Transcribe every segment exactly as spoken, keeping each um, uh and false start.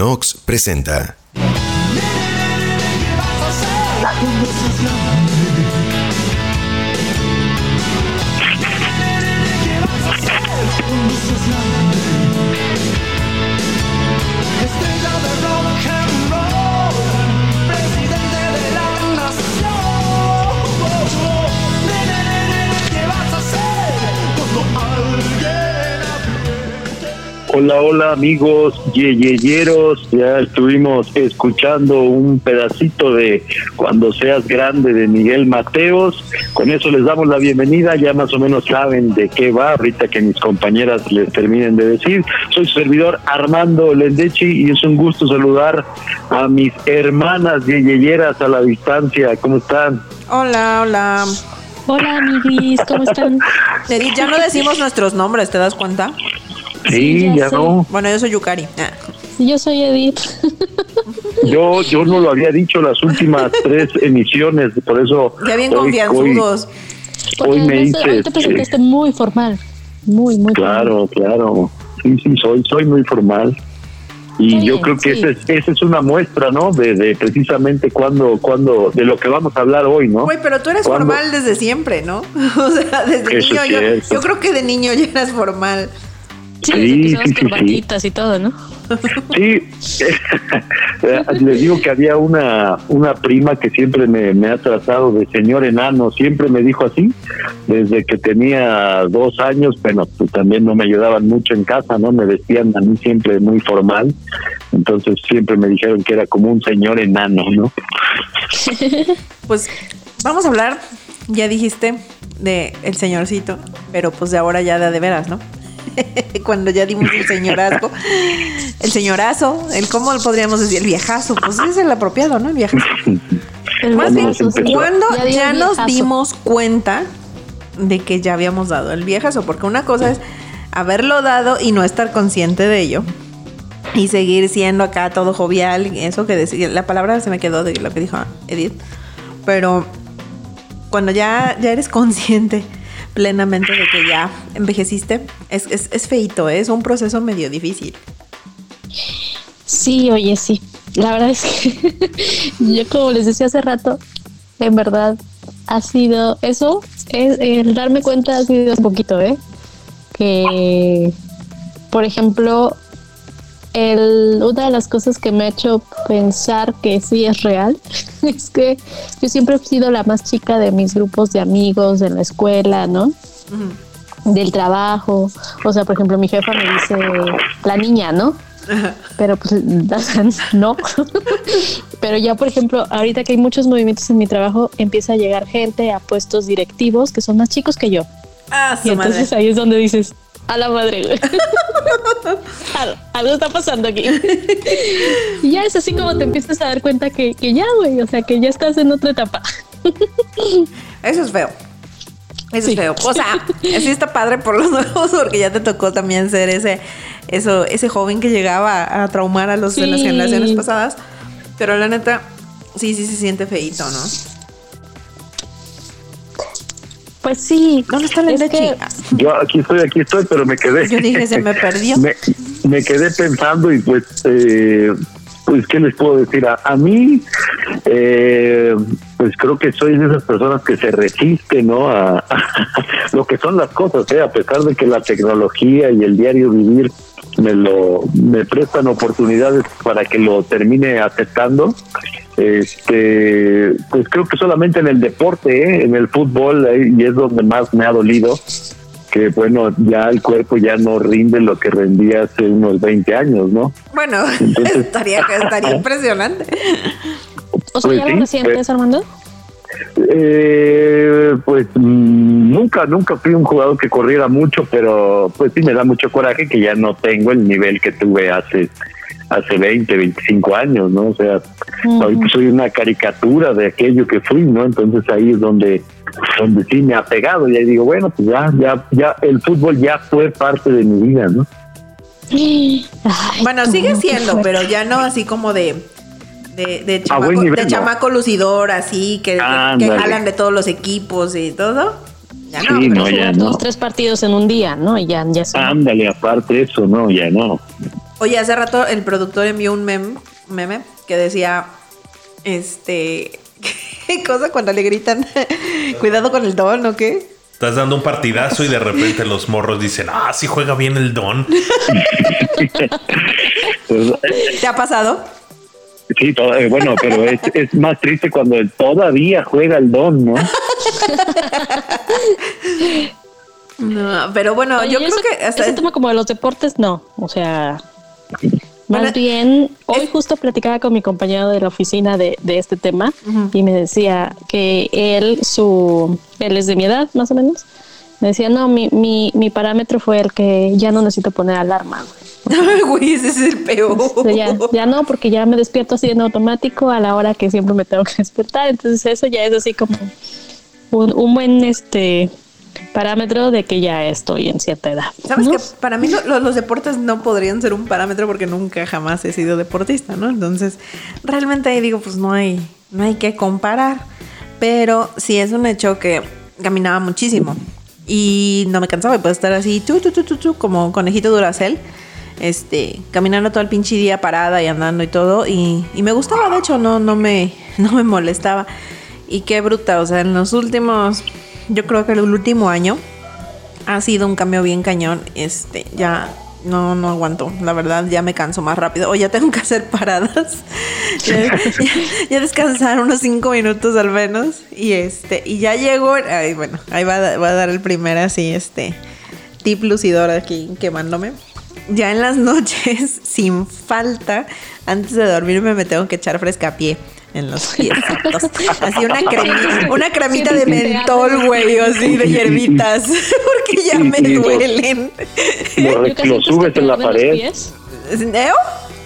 Nox presenta. Hola, hola amigos yeyeyeros, ya estuvimos escuchando un pedacito de Cuando seas grande de Miguel Mateos. Con eso les damos la bienvenida, ya más o menos saben de qué va, ahorita que mis compañeras les terminen de decir. Soy su servidor Armando Lendechi y es un gusto saludar a mis hermanas yeyeyeras a la distancia. ¿Cómo están? Hola, hola. Hola amiguis, ¿cómo están? Edith, ya no decimos nuestros nombres, ¿te das cuenta? Sí, Sí, ya ya sé. no. Bueno, yo soy Yukari. Ah. Yo soy Edith. Yo yo no lo había dicho las últimas tres emisiones, por eso Ya bien hoy- confianzudos. Hoy, hoy me hice... Hoy te presentaste muy formal. Muy, muy Claro, claro. Sí, sí, soy soy muy formal. Y Está yo bien, creo que sí. esa es, esa es una muestra, ¿no? De, de precisamente cuando, cuando, de lo que vamos a hablar hoy, ¿no? Güey, pero tú eres ¿Cuándo? formal desde siempre, ¿no? O sea, desde Eso niño. es Yo, cierto. yo creo que de niño ya eras formal. Sí, Sí, desde que usabas sí, sí, corbatitas y todo, ¿no? Sí, les digo que había una una prima que siempre me, me ha tratado de señor enano, siempre me dijo así, desde que tenía dos años, bueno, pues también no me ayudaban mucho en casa, ¿no? Me vestían a mí siempre muy formal, entonces siempre me dijeron que era como un señor enano, ¿no? Pues vamos a hablar, ya dijiste, de el señorcito, pero pues de ahora ya de, de veras, ¿no? Cuando ya dimos el señorazgo, el señorazo, el cómo podríamos decir, el viejazo, pues es el apropiado, ¿no? El viejazo. El Más bien, viejazo, sí. ¿cuándo Ya di ya el nos viejazo. dimos cuenta de que ya habíamos dado el viejazo? Porque una cosa es haberlo dado y no estar consciente de ello y seguir siendo acá todo jovial, eso que decía, la palabra se me quedó de lo que dijo Edith, pero cuando ya, ya eres consciente plenamente de que ya envejeciste, es, es, es feíto, ¿eh? Es un proceso medio difícil. Sí, oye, sí. La verdad es que yo, como les decía hace rato, en verdad ha sido eso, es, el darme cuenta ha sido un poquito, ¿eh? Que, por ejemplo, el, una de las cosas que me ha hecho pensar que sí es real es que yo siempre he sido la más chica de mis grupos de amigos en la escuela, ¿no? Uh-huh. Del trabajo. O sea, por ejemplo, mi jefa me dice la niña, ¿no? Pero pues no. Pero ya, por ejemplo, ahorita que hay muchos movimientos en mi trabajo, empieza a llegar gente a puestos directivos que son más chicos que yo. Ah, su Y entonces madre. ahí es donde dices, a la madre, güey. Algo, algo está pasando aquí. Y ya es así como te empiezas a dar cuenta que, que ya, güey, o sea, que ya estás en otra etapa. Eso es feo. Eso Sí. es feo. O sea, sí está padre por los nuevos, porque ya te tocó también ser ese, eso, ese joven que llegaba a traumar a los de las Sí. generaciones pasadas. Pero la neta, sí, sí se siente feíto, ¿no? Pues sí. ¿Dónde está la es leche? que- Ah, Yo aquí estoy, aquí estoy, pero me quedé. Yo dije, se me perdió. me, me quedé pensando y pues, eh, pues, ¿qué les puedo decir? A, a mí, eh, pues creo que soy de esas personas que se resisten, ¿no? A, a lo que son las cosas, ¿eh? A pesar de que la tecnología y el diario vivir me lo me prestan oportunidades para que lo termine aceptando. Este, pues creo que solamente en el deporte, ¿eh? En el fútbol, eh, y es donde más me ha dolido, que bueno, ya el cuerpo ya no rinde lo que rendía hace unos veinte años, ¿no? Bueno, Entonces- estaría, estaría impresionante. O sea, Pues ¿ya sí, lo recientes, pues- Armando? Eh, pues mmm, nunca, nunca fui un jugador que corriera mucho, pero pues sí me da mucho coraje que ya no tengo el nivel que tuve hace hace veinte, veinticinco años, ¿no? O sea, Ujú. ahorita soy una caricatura de aquello que fui, ¿no? Entonces ahí es donde donde sí me ha pegado y ahí digo, bueno, pues ya ya ya el fútbol ya fue parte de mi vida, ¿no? Ay, Bueno, no, sigue qué siendo, fuerte. pero ya no así como de de, de, A chamaco, buen nivel, de no. chamaco lucidor, así, que, que, que Ándale. jalan de todos los equipos y todo. Ya no, Sí, pero- no, ya Jugar no. dos, tres partidos en un día, ¿no? Y ya, ya son. Ándale, aparte eso, no, ya no. Oye, hace rato el productor envió un meme, meme que decía, este, ¿qué cosa cuando le gritan? Cuidado con el don, ¿o qué? Estás dando un partidazo y de repente los morros dicen, ah, sí juega bien el don. ¿Te ha pasado? Sí, todo, eh, bueno, pero es, es más triste cuando todavía juega el don, ¿no? No, pero bueno, Oye, yo creo eso, que hasta ese tema como de los deportes, no. O sea, Bueno, más bien, hoy es- justo platicaba con mi compañero de la oficina de, de este tema Ujú. y me decía que él, su, él es de mi edad, más o menos. Me decía, no, mi, mi, mi parámetro fue el que ya no necesito poner alarma. Ay, güey, ese es el peor. O sea, ya, ya no, porque ya me despierto así en automático a la hora que siempre me tengo que despertar. Entonces eso ya es así como un, un buen este parámetro de que ya estoy en cierta edad. Sabes ¿no? que para mí lo- lo- los deportes no podrían ser un parámetro porque nunca jamás he sido deportista, ¿no? Entonces, realmente ahí digo, pues no hay, no hay que comparar. Pero sí es un hecho que caminaba muchísimo y no me cansaba. Y puedo estar así, chu, chu, chu, chu, chu, como conejito Duracell, este, caminando todo el pinche día parada y andando y todo. Y, y me gustaba, de hecho, no, no me, no me molestaba. Y qué bruta, o sea, en los últimos, yo creo que el último año ha sido un cambio bien cañón. Este, ya no, no aguanto. La verdad, ya me canso más rápido. O ya tengo que hacer paradas. ya, ya- ya descansar unos cinco minutos al menos. Y este, y ya llego. Ay, bueno, ahí va, a- va a dar el primer así, este, tip lucidor aquí quemándome. Ya en las noches, sin falta, antes de dormirme me tengo que echar frescapié en los piecitos. Así una cremita, una cremita de mentol, güey, o así de hierbitas, porque ya Sí, me sí, lo- duelen. Lo, Yo casi lo siento subes que en la te arden los pared. pies. ¿Neo?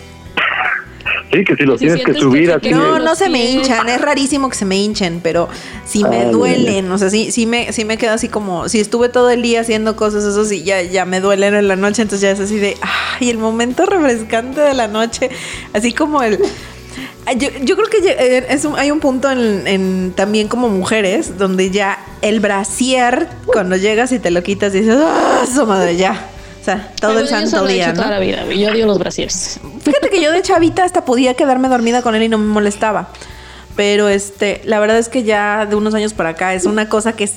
Sí, que si lo Si tienes que sientes subir que así. te- No, es- no se me pies. hinchan, es rarísimo que se me hinchen, pero si me Ah, duelen, o sea, sí, sí me, sí me quedo así como, si estuve todo el día haciendo cosas, eso sí, ya, ya me duelen en la noche, entonces ya es así de, ay, el momento refrescante de la noche, así como el... Yo, yo creo que eh, es un- hay un punto en, en también como mujeres donde ya el brasier, cuando llegas y te lo quitas, dices, ¡ah, su madre, ya! O sea, todo Pero el yo eso santo lo he día, hecho ¿no? toda la vida, güey. Yo odio los brasieres. Fíjate que yo de chavita hasta podía quedarme dormida con él y no me molestaba. Pero este, la verdad es que ya de unos años para acá es una cosa que es,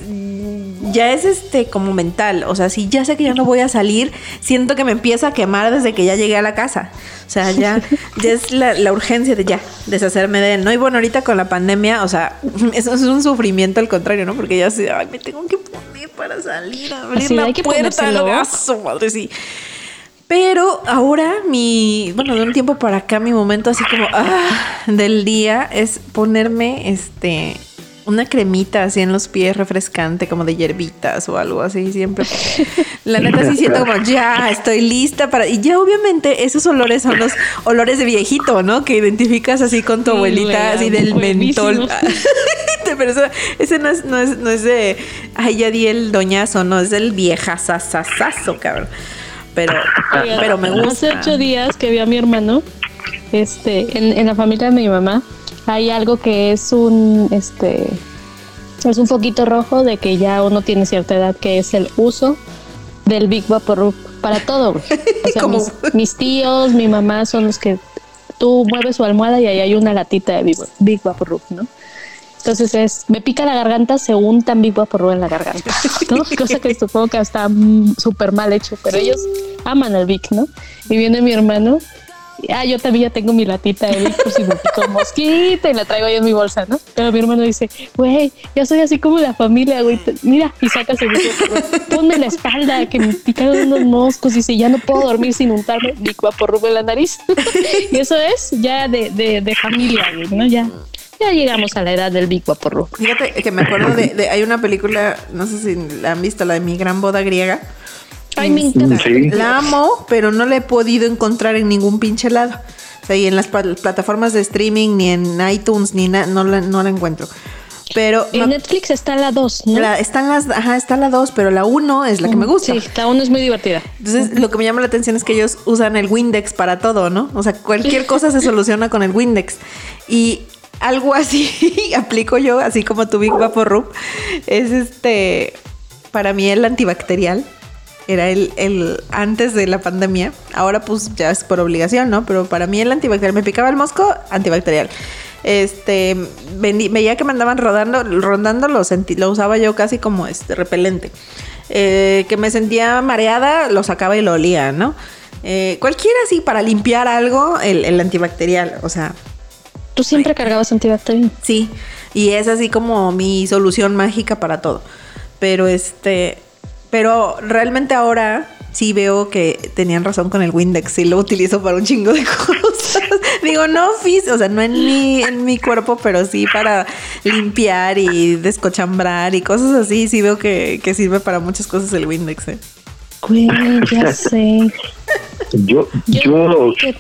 ya es este como mental. O sea, si ya sé que ya no voy a salir, siento que me empieza a quemar desde que ya llegué a la casa. O sea, ya, ya es la, la urgencia de ya deshacerme de él, ¿no? Y bueno, ahorita con la pandemia, o sea, eso es un sufrimiento al contrario, ¿no? Porque ya sé, ay, me tengo que poner para salir a abrir Así, la hay que puerta. ponérselo. ¡Ah, su madre, sí! Pero ahora mi, bueno, de un tiempo para acá mi momento así como ah, del día es ponerme este una cremita así en los pies refrescante como de hierbitas o algo así siempre. La neta sí siento como ya estoy lista para y ya obviamente esos olores son los olores de viejito, ¿no? Que identificas así con tu Sí, abuelita güey, así del buenísimo. mentol. Pero eso, ese no es, no es, no es de ay ya di el doñazo, no es del viejazazazazo, cabrón. Pero, Oigan, pero me gusta. Hace ocho días que vi a mi hermano, este, en, en la familia de mi mamá, hay algo que es un, este, es un foquito rojo de que ya uno tiene cierta edad, que es el uso del Big Vaporub para todo, güey. O sea, ¿Cómo? mis, mis tíos, mi mamá son los que tú mueves su almohada y ahí hay una latita de Big, Big Vaporub, ¿no? Entonces es, me pica la garganta, se untan Big Vaporub en la garganta, ¿no? Cosa que supongo que está mm, súper mal hecho, pero ellos aman el Vic, ¿no? Y viene mi hermano, y, ah, yo también ya tengo mi latita de Vic, pues si me pico mosquita y la traigo ahí en mi bolsa, ¿no? Pero mi hermano dice, güey, ya soy así como la familia, güey, te- mira, y saca su Vic Vaporub, ponme en la espalda, que me picaron unos moscos, y dice, ya no puedo dormir sin untarme Vic Vaporub en la nariz. Y eso es ya de, de, de familia, güey, ¿no? Ya. Ya llegamos a la edad del Big Vaporub. Fíjate que me acuerdo de, de- hay una película, no sé si la han visto, la de Mi Gran Boda Griega. Ay, me encanta. Sí. La amo, pero no la he podido encontrar en ningún pinche lado. O sea, y en las pa- plataformas de streaming, ni en iTunes, ni nada, no la, no la encuentro. Pero En me- Netflix está la dos, ¿no? la- están las, ajá, está la dos, pero la uno es la que me gusta. Sí, la uno es muy divertida. Entonces, lo que me llama la atención es que ellos usan el Windex para todo, ¿no? O sea, cualquier cosa se soluciona con el Windex. Y algo así aplico yo, así como tu Big Vaporub, es este, para mí el antibacterial. era el, el antes de la pandemia. Ahora pues ya es por obligación, ¿no? Pero para mí el antibacterial, me picaba el mosco, antibacterial. Este, ven, veía que me andaban rodando, rondando, lo sentí, lo usaba yo casi como este repelente. Eh, que me sentía mareada, lo sacaba y lo olía, ¿no? Eh, cualquiera así para limpiar algo, el, el antibacterial, o sea. ¿Tú siempre cargabas antibacterial? Sí, y es así como mi solución mágica para todo. Pero este, pero realmente ahora sí veo que tenían razón con el Windex, sí lo utilizo para un chingo de cosas. Digo, no físico, o sea, no en mi, en mi cuerpo, pero sí para limpiar y descochambrar y cosas así. Sí veo que, que sirve para muchas cosas el Windex, ¿eh? Güey, ya sé. Yo, yo... yo ¿qué?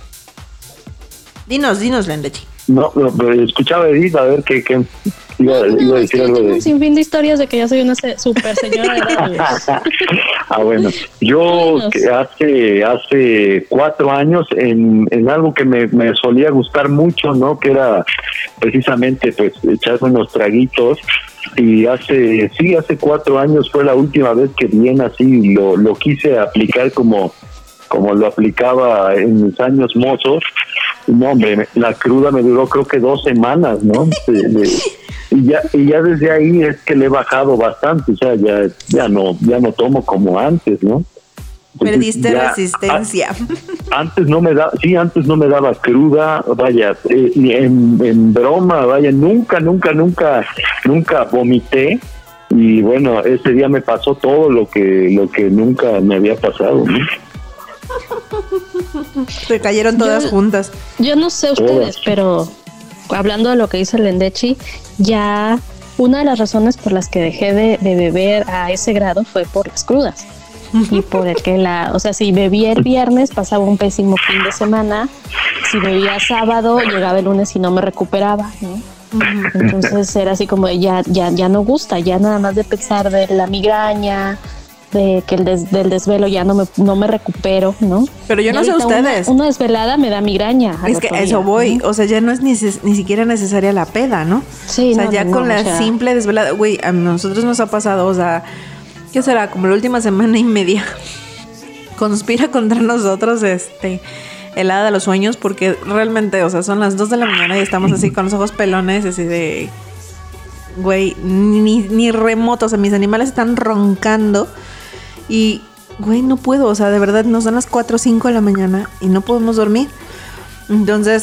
Dinos, dinos, Lendechi. No, no, pero escuchaba a Edith a ver qué, qué iba, no, iba a decir algo de... Un sinfín de historias de que ya soy una se- super señora de edad. Ah, bueno, yo que hace hace cuatro años en, en algo que me, me solía gustar mucho, ¿no? Que era precisamente pues echarme unos traguitos. Y hace, sí, hace cuatro años fue la última vez que bien así lo, lo quise aplicar como, como lo aplicaba en mis años mozos. No, hombre, la cruda me duró creo que dos semanas, ¿no? De, de, y ya y ya desde ahí es que le he bajado bastante, o sea, ya ya no ya no tomo como antes, ¿no? Entonces, perdiste ya, resistencia. A, antes no me da, sí, antes no me daba cruda, vaya, eh, en, en broma, vaya, nunca, nunca, nunca, nunca vomité. Y bueno, ese día me pasó todo lo que lo que nunca me había pasado, ¿no? Se cayeron todas yo, juntas. Yo no sé ustedes, pero hablando de lo que dice Lendechi, ya una de las razones por las que dejé de, de beber a ese grado fue por las crudas. Y por el que la, o sea, si bebía el viernes pasaba un pésimo fin de semana, si bebía sábado llegaba el lunes y no me recuperaba, ¿no? Entonces era así como ya, ya, ya no gusta, ya nada más de pensar de la migraña, de que el des, del desvelo ya no me, no me recupero, ¿no? Pero yo no sé ustedes. Una, una desvelada me da migraña. Es que a eso voy, ¿no? O sea, ya no es ni, ni siquiera necesaria la peda, ¿no? Sí, o sea, no, ya no, con no, la o sea, simple desvelada, güey, a nosotros nos ha pasado, o sea, ¿qué será? Como la última semana y media conspira contra nosotros este el hada de los sueños, porque realmente, o sea, son las dos de la mañana y estamos así con los ojos pelones, así de güey, ni, ni remoto, o sea, mis animales están roncando y güey, no puedo, o sea, de verdad nos dan las cuatro o cinco de la mañana y no podemos dormir. Entonces,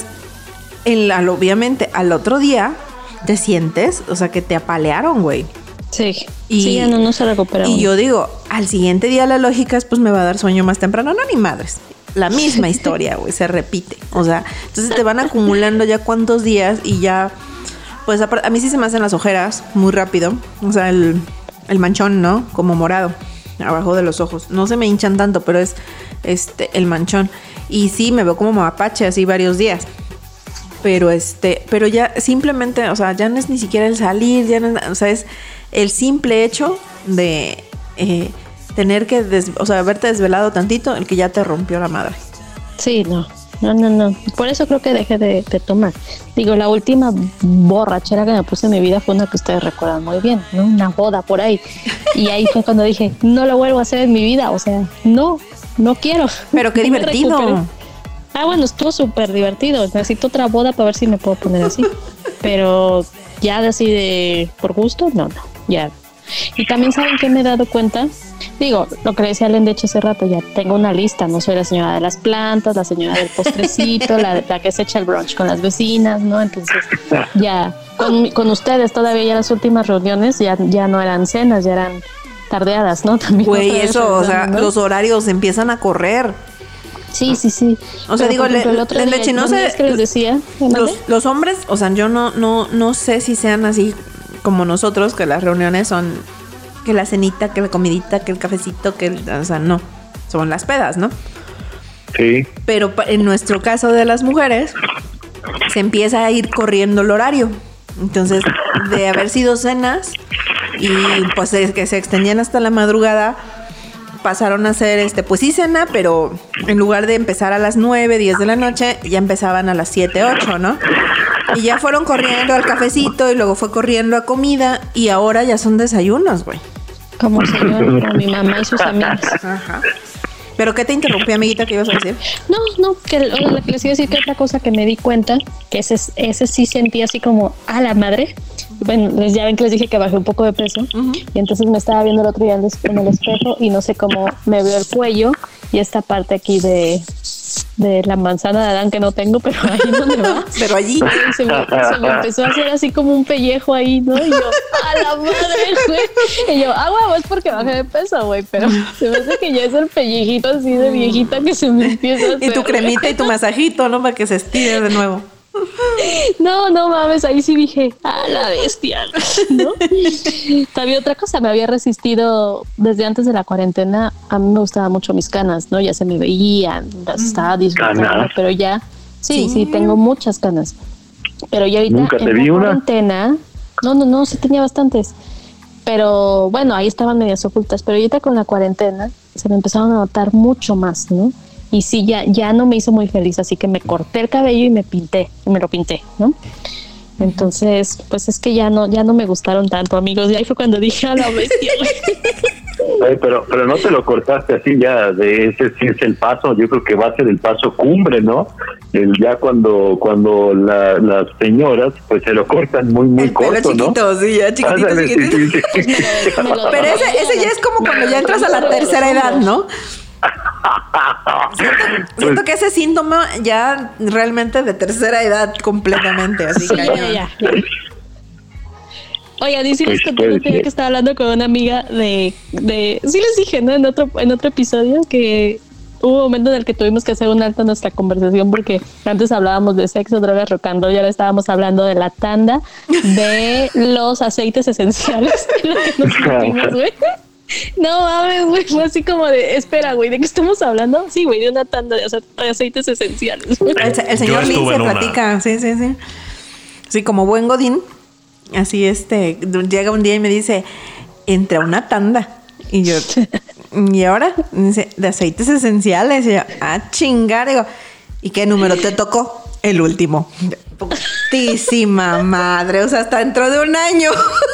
el, al, obviamente, al otro día te sientes, o sea, que te apalearon, güey. Sí, y, sí, ya no, no se recupera. Y yo digo, al siguiente día la lógica es, pues me va a dar sueño más temprano. No, ni madres. La misma historia, güey, se repite. O sea, entonces te van acumulando ya cuántos días y ya, pues a, a mí sí se me hacen las ojeras muy rápido. O sea, el, el manchón, ¿no? Como morado, abajo de los ojos. No se me hinchan tanto, pero es este el manchón. Y sí, me veo como mapache así varios días. Pero este, pero ya simplemente, o sea, ya no es ni siquiera el salir, ya no es, o sea, es el simple hecho de eh, tener que, des, o sea, haberte desvelado tantito, el que ya te rompió la madre. Sí, no, no, no, no. Por eso creo que dejé de, de tomar. Digo, la última borrachera que me puse en mi vida fue una que ustedes recuerdan muy bien, ¿no? Una boda por ahí. Y ahí fue cuando dije, no lo vuelvo a hacer en mi vida, o sea, no, no quiero. Pero qué divertido. Ah, bueno, estuvo súper divertido. Necesito otra boda para ver si me puedo poner así. Pero ya de así de por gusto, no, no, ya. Y también saben que me he dado cuenta, digo, lo que le decía Lendechi hace rato, ya tengo una lista, no soy la señora de las plantas, la señora del postrecito, la, la que se echa el brunch con las vecinas, ¿no? Entonces, ya, con, con ustedes todavía ya las últimas reuniones ya, ya no eran cenas, ya eran tardeadas, ¿no? También. Güey, eso, o sea, ¿no? Los horarios empiezan a correr. Sí, sí, sí. O sea, pero, digo, ejemplo, el otro día, leche, no sé, que les decía, los, los hombres, o sea, yo no, no, no sé si sean así como nosotros, que las reuniones son que la cenita, que la comidita, que el cafecito, que el, o sea, no, son las pedas, ¿no? Sí. Pero en nuestro caso de las mujeres, se empieza a ir corriendo el horario. Entonces, de haber sido cenas y pues que se extendían hasta la madrugada, pasaron a hacer, este, pues sí cena, pero en lugar de empezar a las nueve, diez de la noche, ya empezaban a las siete, ocho, ¿no? Y ya fueron corriendo al cafecito y luego fue corriendo a comida y ahora ya son desayunos, güey. Como el señor, como mi mamá y sus amigas. Ajá. ¿Pero qué te interrumpí, amiguita, que ibas a decir? No, no, que lo que les iba a decir que otra cosa que me di cuenta, que ese, ese sí sentí así como a la madre. Bueno, les, ya ven que les dije que bajé un poco de peso. Uh-huh. Y entonces me estaba viendo el otro día en el espejo y no sé cómo me veo el cuello y esta parte aquí de, de la manzana de Adán que no tengo, pero ahí donde va. Pero allí. Se me, se me empezó a hacer así como un pellejo ahí, ¿no? Y yo, a la madre, güey. Y yo, ah, güey, es porque bajé de peso, güey. Pero se me hace que ya es el pellejito así de viejita que se me empieza a hacer. Y tu cremita y tu masajito, ¿no? Para que se estire de nuevo. No, no mames, ahí sí dije, a la bestia, ¿no? También otra cosa, me había resistido desde antes de la cuarentena. A mí me gustaban mucho mis canas, ¿no? Ya se me veían, las estaba disfrutando, pero ya, sí, sí, sí, tengo muchas canas. Pero ya ahorita ¿Nunca te en vi la una? cuarentena, no, no, no, sí tenía bastantes. Pero bueno, ahí estaban medias ocultas, pero ahorita con la cuarentena se me empezaron a notar mucho más, ¿no? Y sí, ya, ya no me hizo muy feliz, así que me corté el cabello y me pinté, y me lo pinté, ¿no? Entonces, pues es que ya no, ya no me gustaron tanto, amigos. Y ahí fue cuando dije, a la bestia. Ay, pero, pero no te lo cortaste así ya, de ese sí es el paso, yo creo que va a ser el paso cumbre, ¿no? El ya cuando cuando la, las señoras pues se lo cortan muy muy el corto, pelo chiquito, ¿no? sí, ya chiquitito, Ándale, chiquitito. sí, sí, sí. Me lo- me lo- Pero ese, ese ya es como cuando ya entras a la tercera edad, ¿no? Siento, siento que ese síntoma ya realmente de tercera edad completamente, así Sí, que ya, ya, ya. Oigan, y sí les Pues conté el puede otro día ser. que estaba hablando con una amiga de, de... Sí les dije, ¿no? En otro, en otro episodio que hubo un momento en el que tuvimos que hacer un alto en nuestra conversación porque antes hablábamos de sexo, drogas, rock and roll y ahora estábamos hablando de la tanda de los aceites esenciales. Lo que nos metimos, güey. No mames, güey, fue así como de, espera, güey, ¿de qué estamos hablando? Sí, güey, de una tanda de, ace- de aceites esenciales. El, el señor Yo Lee estuve se en una. platica, sí, sí, sí. Sí, como buen godín, así este, llega un día y me dice, entra una tanda. Y yo, ¿y ahora? Y dice, de aceites esenciales. Y yo, ah, chingar. Digo, ¿y qué número te tocó? El último. Putísima madre, o sea, hasta dentro de un año.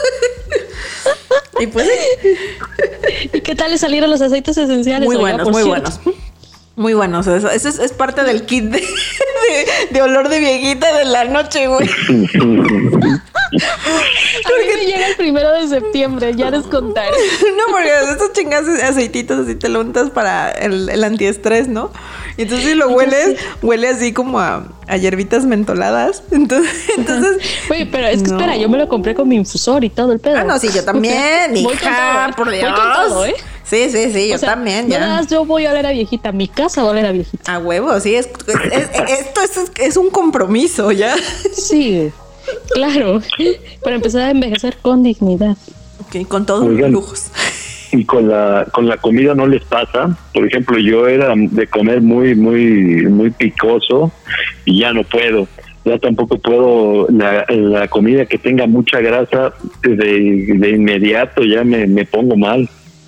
Y pues sí. ¿Y qué tal le salieron los aceites esenciales? Muy Oiga, buenos, por muy cierto? buenos. Muy buenos. Eso, eso es, es parte del kit de, de, de olor de viejita de la noche, güey. A mí me llega el primero de septiembre, ya les contaré. No, porque estos chingados aceititos así te lo untas para el, el antiestrés, ¿no? Y entonces si lo hueles, huele así como a, a hierbitas mentoladas. Entonces, entonces. Oye, pero es que no. espera, yo me lo compré con mi infusor y todo el pedo. Ah, no, sí, yo también, Voy con hija, todo, por ¿eh? Dios. Voy con todo, ¿eh? Sí, sí, sí, yo O sea, también, no ya. nada más yo voy a oler a viejita, mi casa va a oler a viejita. A huevo, sí, es, es- es- esto es, es un compromiso, ¿ya? Sí, claro. Para empezar a envejecer con dignidad. Ok, con todos los Oigan. lujos. Y con la con la comida no les pasa. Por ejemplo, yo era de comer muy muy muy picoso y ya no puedo. Ya tampoco puedo la, la comida que tenga mucha grasa de, de inmediato ya me, me pongo mal.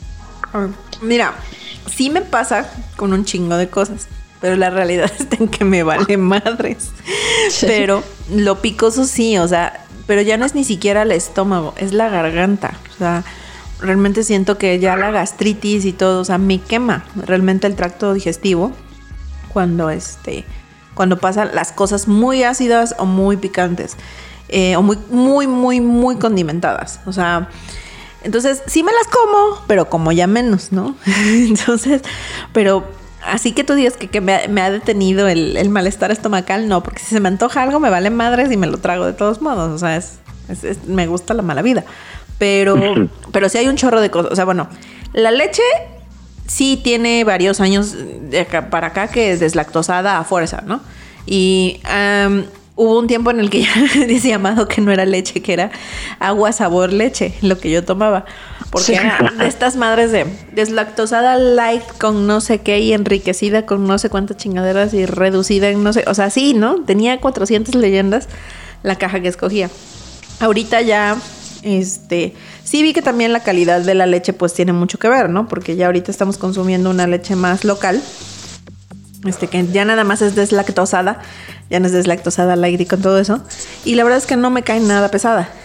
Mira, sí me pasa con un chingo de cosas, pero la realidad está en que me vale madres. Sí. Pero lo picoso sí, o sea, pero ya no es ni siquiera el estómago, es la garganta. O sea, realmente siento que ya la gastritis y todo, o sea, me quema realmente el tracto digestivo cuando este, cuando pasan las cosas muy ácidas o muy picantes, eh, o muy, muy, muy, muy condimentadas. O sea, entonces sí me las como, pero como ya menos, ¿no? Entonces, pero así que tú digas que, que me, me ha detenido el, el malestar estomacal, no, porque si se me antoja algo me vale madres y me lo trago de todos modos. O sea, es, es- es- me gusta la mala vida. Pero, pero sí hay un chorro de cosas. O sea, bueno, la leche sí tiene varios años de acá para acá que es deslactosada a fuerza, ¿no? Y um, hubo un tiempo en el que ya decía Amado que no era leche, que era agua sabor leche, lo que yo tomaba. Porque Sí. era de estas madres de deslactosada light con no sé qué y enriquecida con no sé cuántas chingaderas y reducida en no sé... O sea, sí, ¿no? Tenía cuatrocientas leyendas la caja que escogía. Ahorita ya... Este, sí vi que también la calidad de la leche pues tiene mucho que ver, ¿no? Porque ya ahorita estamos consumiendo una leche más local, este, que ya nada más es deslactosada, ya no es deslactosada light y con todo eso. Y la verdad es que no me cae nada pesada.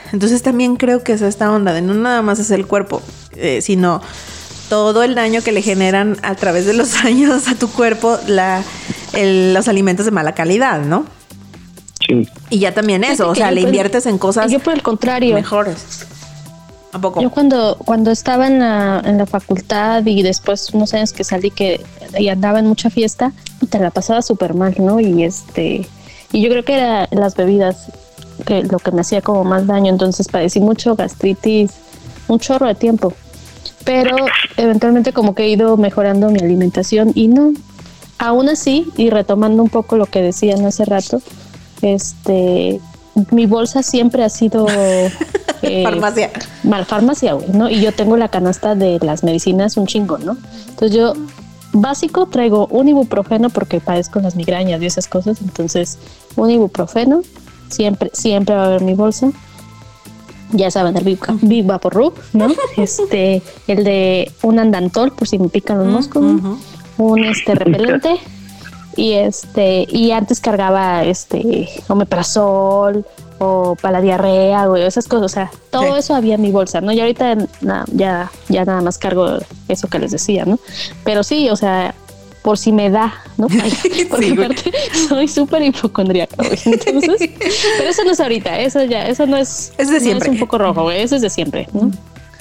Entonces también creo que es esta onda de no nada más es el cuerpo, eh, sino todo el daño que le generan a través de los años a tu cuerpo la, el, los alimentos de mala calidad, ¿no? Sí. Y ya también eso, o sea, le inviertes en cosas yo por el contrario mejores. ¿A poco? Yo cuando, cuando estaba en la, en la facultad y después unos años que salí que y andaba en mucha fiesta, te la pasaba súper mal, ¿no? Y este y yo creo que era las bebidas que lo que me hacía como más daño, entonces padecí mucho gastritis, un chorro de tiempo. Pero eventualmente como que he ido mejorando mi alimentación y no, aún así, y retomando un poco lo que decían hace rato, este mi bolsa siempre ha sido eh, farmacia. Mal farmacia, güey, ¿no? Y yo tengo la canasta de las medicinas un chingo, ¿no? Entonces yo básico traigo un ibuprofeno porque padezco las migrañas y esas cosas, entonces un ibuprofeno siempre siempre va a haber mi bolsa. Ya saben, el Big, Big Vaporub, ¿no? Este, el de un andantol por si me pican los moscos, uh-huh. un este repelente. Y este, y antes cargaba este omeprazol o para la diarrea, güey, esas cosas, o sea, todo sí. Eso había en mi bolsa, ¿no? Y ahorita na, ya, ya nada más cargo eso que les decía, ¿no? Pero sí, o sea, por si me da, ¿no? Ay, porque sí, aparte soy súper hipocondríaca, güey. Entonces, pero eso no es ahorita, eso ya, eso no es, es de siempre. No es un poco rojo, güey, eso es de siempre, ¿no?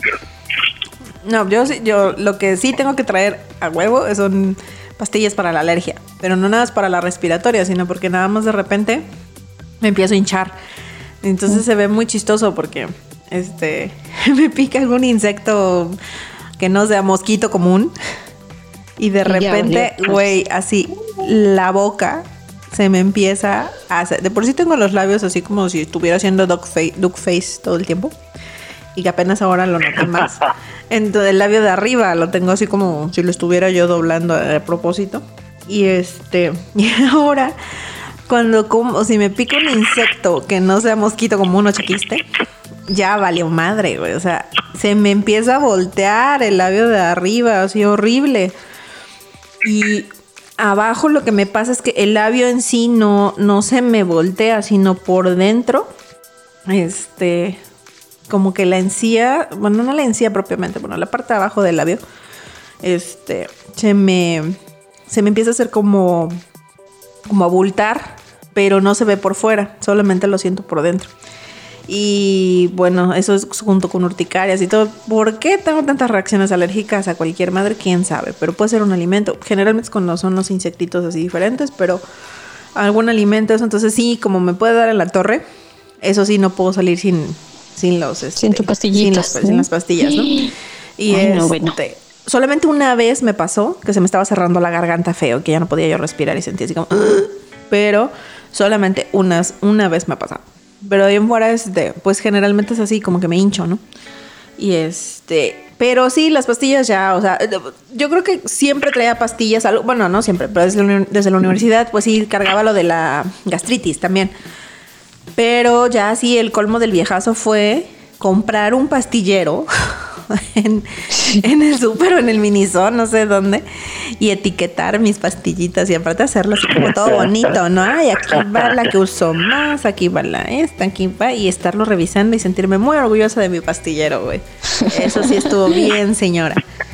No, yo yo lo que sí tengo que traer a huevo son pastillas para la alergia, pero no nada más para la respiratoria, sino porque nada más de repente me empiezo a hinchar. Entonces mm. se ve muy chistoso porque este me pica algún insecto que no sea mosquito común y de y repente, güey, así la boca se me empieza a hacer, de por sí tengo los labios así como si estuviera haciendo duck face, duck face todo el tiempo. Y que apenas ahora lo noté más. Entonces el labio de arriba lo tengo así como si lo estuviera yo doblando a propósito. Y este y ahora cuando como si me pica un insecto que no sea mosquito como uno chiquiste, ya valió madre, güey. O sea, se me empieza a voltear el labio de arriba, así horrible. Y abajo lo que me pasa es que el labio en sí no, no se me voltea, sino por dentro. Este... como que la encía, bueno, no la encía propiamente, bueno, la parte de abajo del labio, este, se me, se me empieza a hacer como, como abultar, pero no se ve por fuera, solamente lo siento por dentro. Y bueno, eso es junto con urticarias y todo. ¿Por qué tengo tantas reacciones alérgicas a cualquier madre? Quién sabe, pero puede ser un alimento. Generalmente es cuando son los insectitos así diferentes, pero algún alimento, eso. Entonces sí, como me puede dar en la torre, eso sí, no puedo salir sin... sin los este, sin tu pastillita, sin, sin las pastillas, ¿no? Y Ay, este, no, bueno. solamente una vez me pasó que se me estaba cerrando la garganta feo, que ya no podía yo respirar y sentía así como ¡Ugh! Pero solamente unas una vez me ha pasado. Pero bien fuera este, pues generalmente es así como que me hincho, ¿no? Y este, pero sí, las pastillas ya, o sea, yo creo que siempre traía pastillas, bueno, no siempre, pero desde la, desde la universidad pues sí cargaba lo de la gastritis también. Pero ya sí, el colmo del viejazo fue comprar un pastillero en, en el súper o en el Miniso, no sé dónde, y etiquetar mis pastillitas y aparte hacerlo así como todo bonito, ¿no? Ay, aquí va la que uso más, aquí va la esta, aquí va, y estarlo revisando y sentirme muy orgullosa de mi pastillero, güey. Eso sí estuvo bien, señora.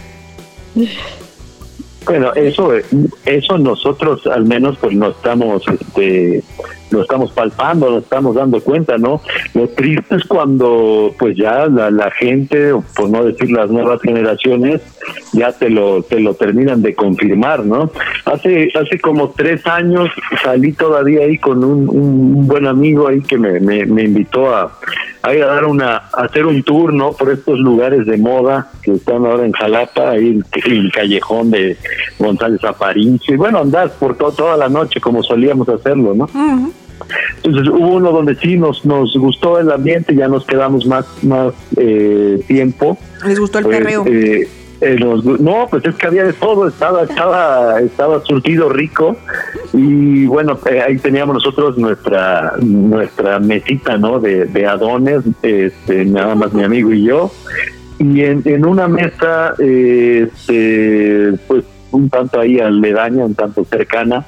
Bueno, eso, eso nosotros al menos pues no estamos, este, lo estamos palpando, lo estamos dando cuenta, ¿no? Lo triste es cuando pues ya la, la gente, por no decir las nuevas generaciones, ya te lo, te lo terminan de confirmar, ¿no? Hace, hace como tres años salí todavía ahí con un, un buen amigo ahí que me, me, me invitó a, a ir a dar una, a hacer un tour, ¿no? Por estos lugares de moda que están ahora en Jalapa, ahí en el callejón de González Aparicio, y bueno, andar por to- toda la noche como solíamos hacerlo, ¿no? Uh-huh. Entonces hubo uno donde sí nos nos gustó el ambiente, ya nos quedamos más más eh, tiempo. ¿Les gustó el pues, perreo? Eh, eh, nos, no, pues es que había de todo, estaba estaba estaba surtido rico y bueno, eh, ahí teníamos nosotros nuestra nuestra mesita, ¿no? De, de adones, este, nada más mi amigo y yo, y en, en una mesa, eh, este, pues un tanto ahí aledaña, un tanto cercana,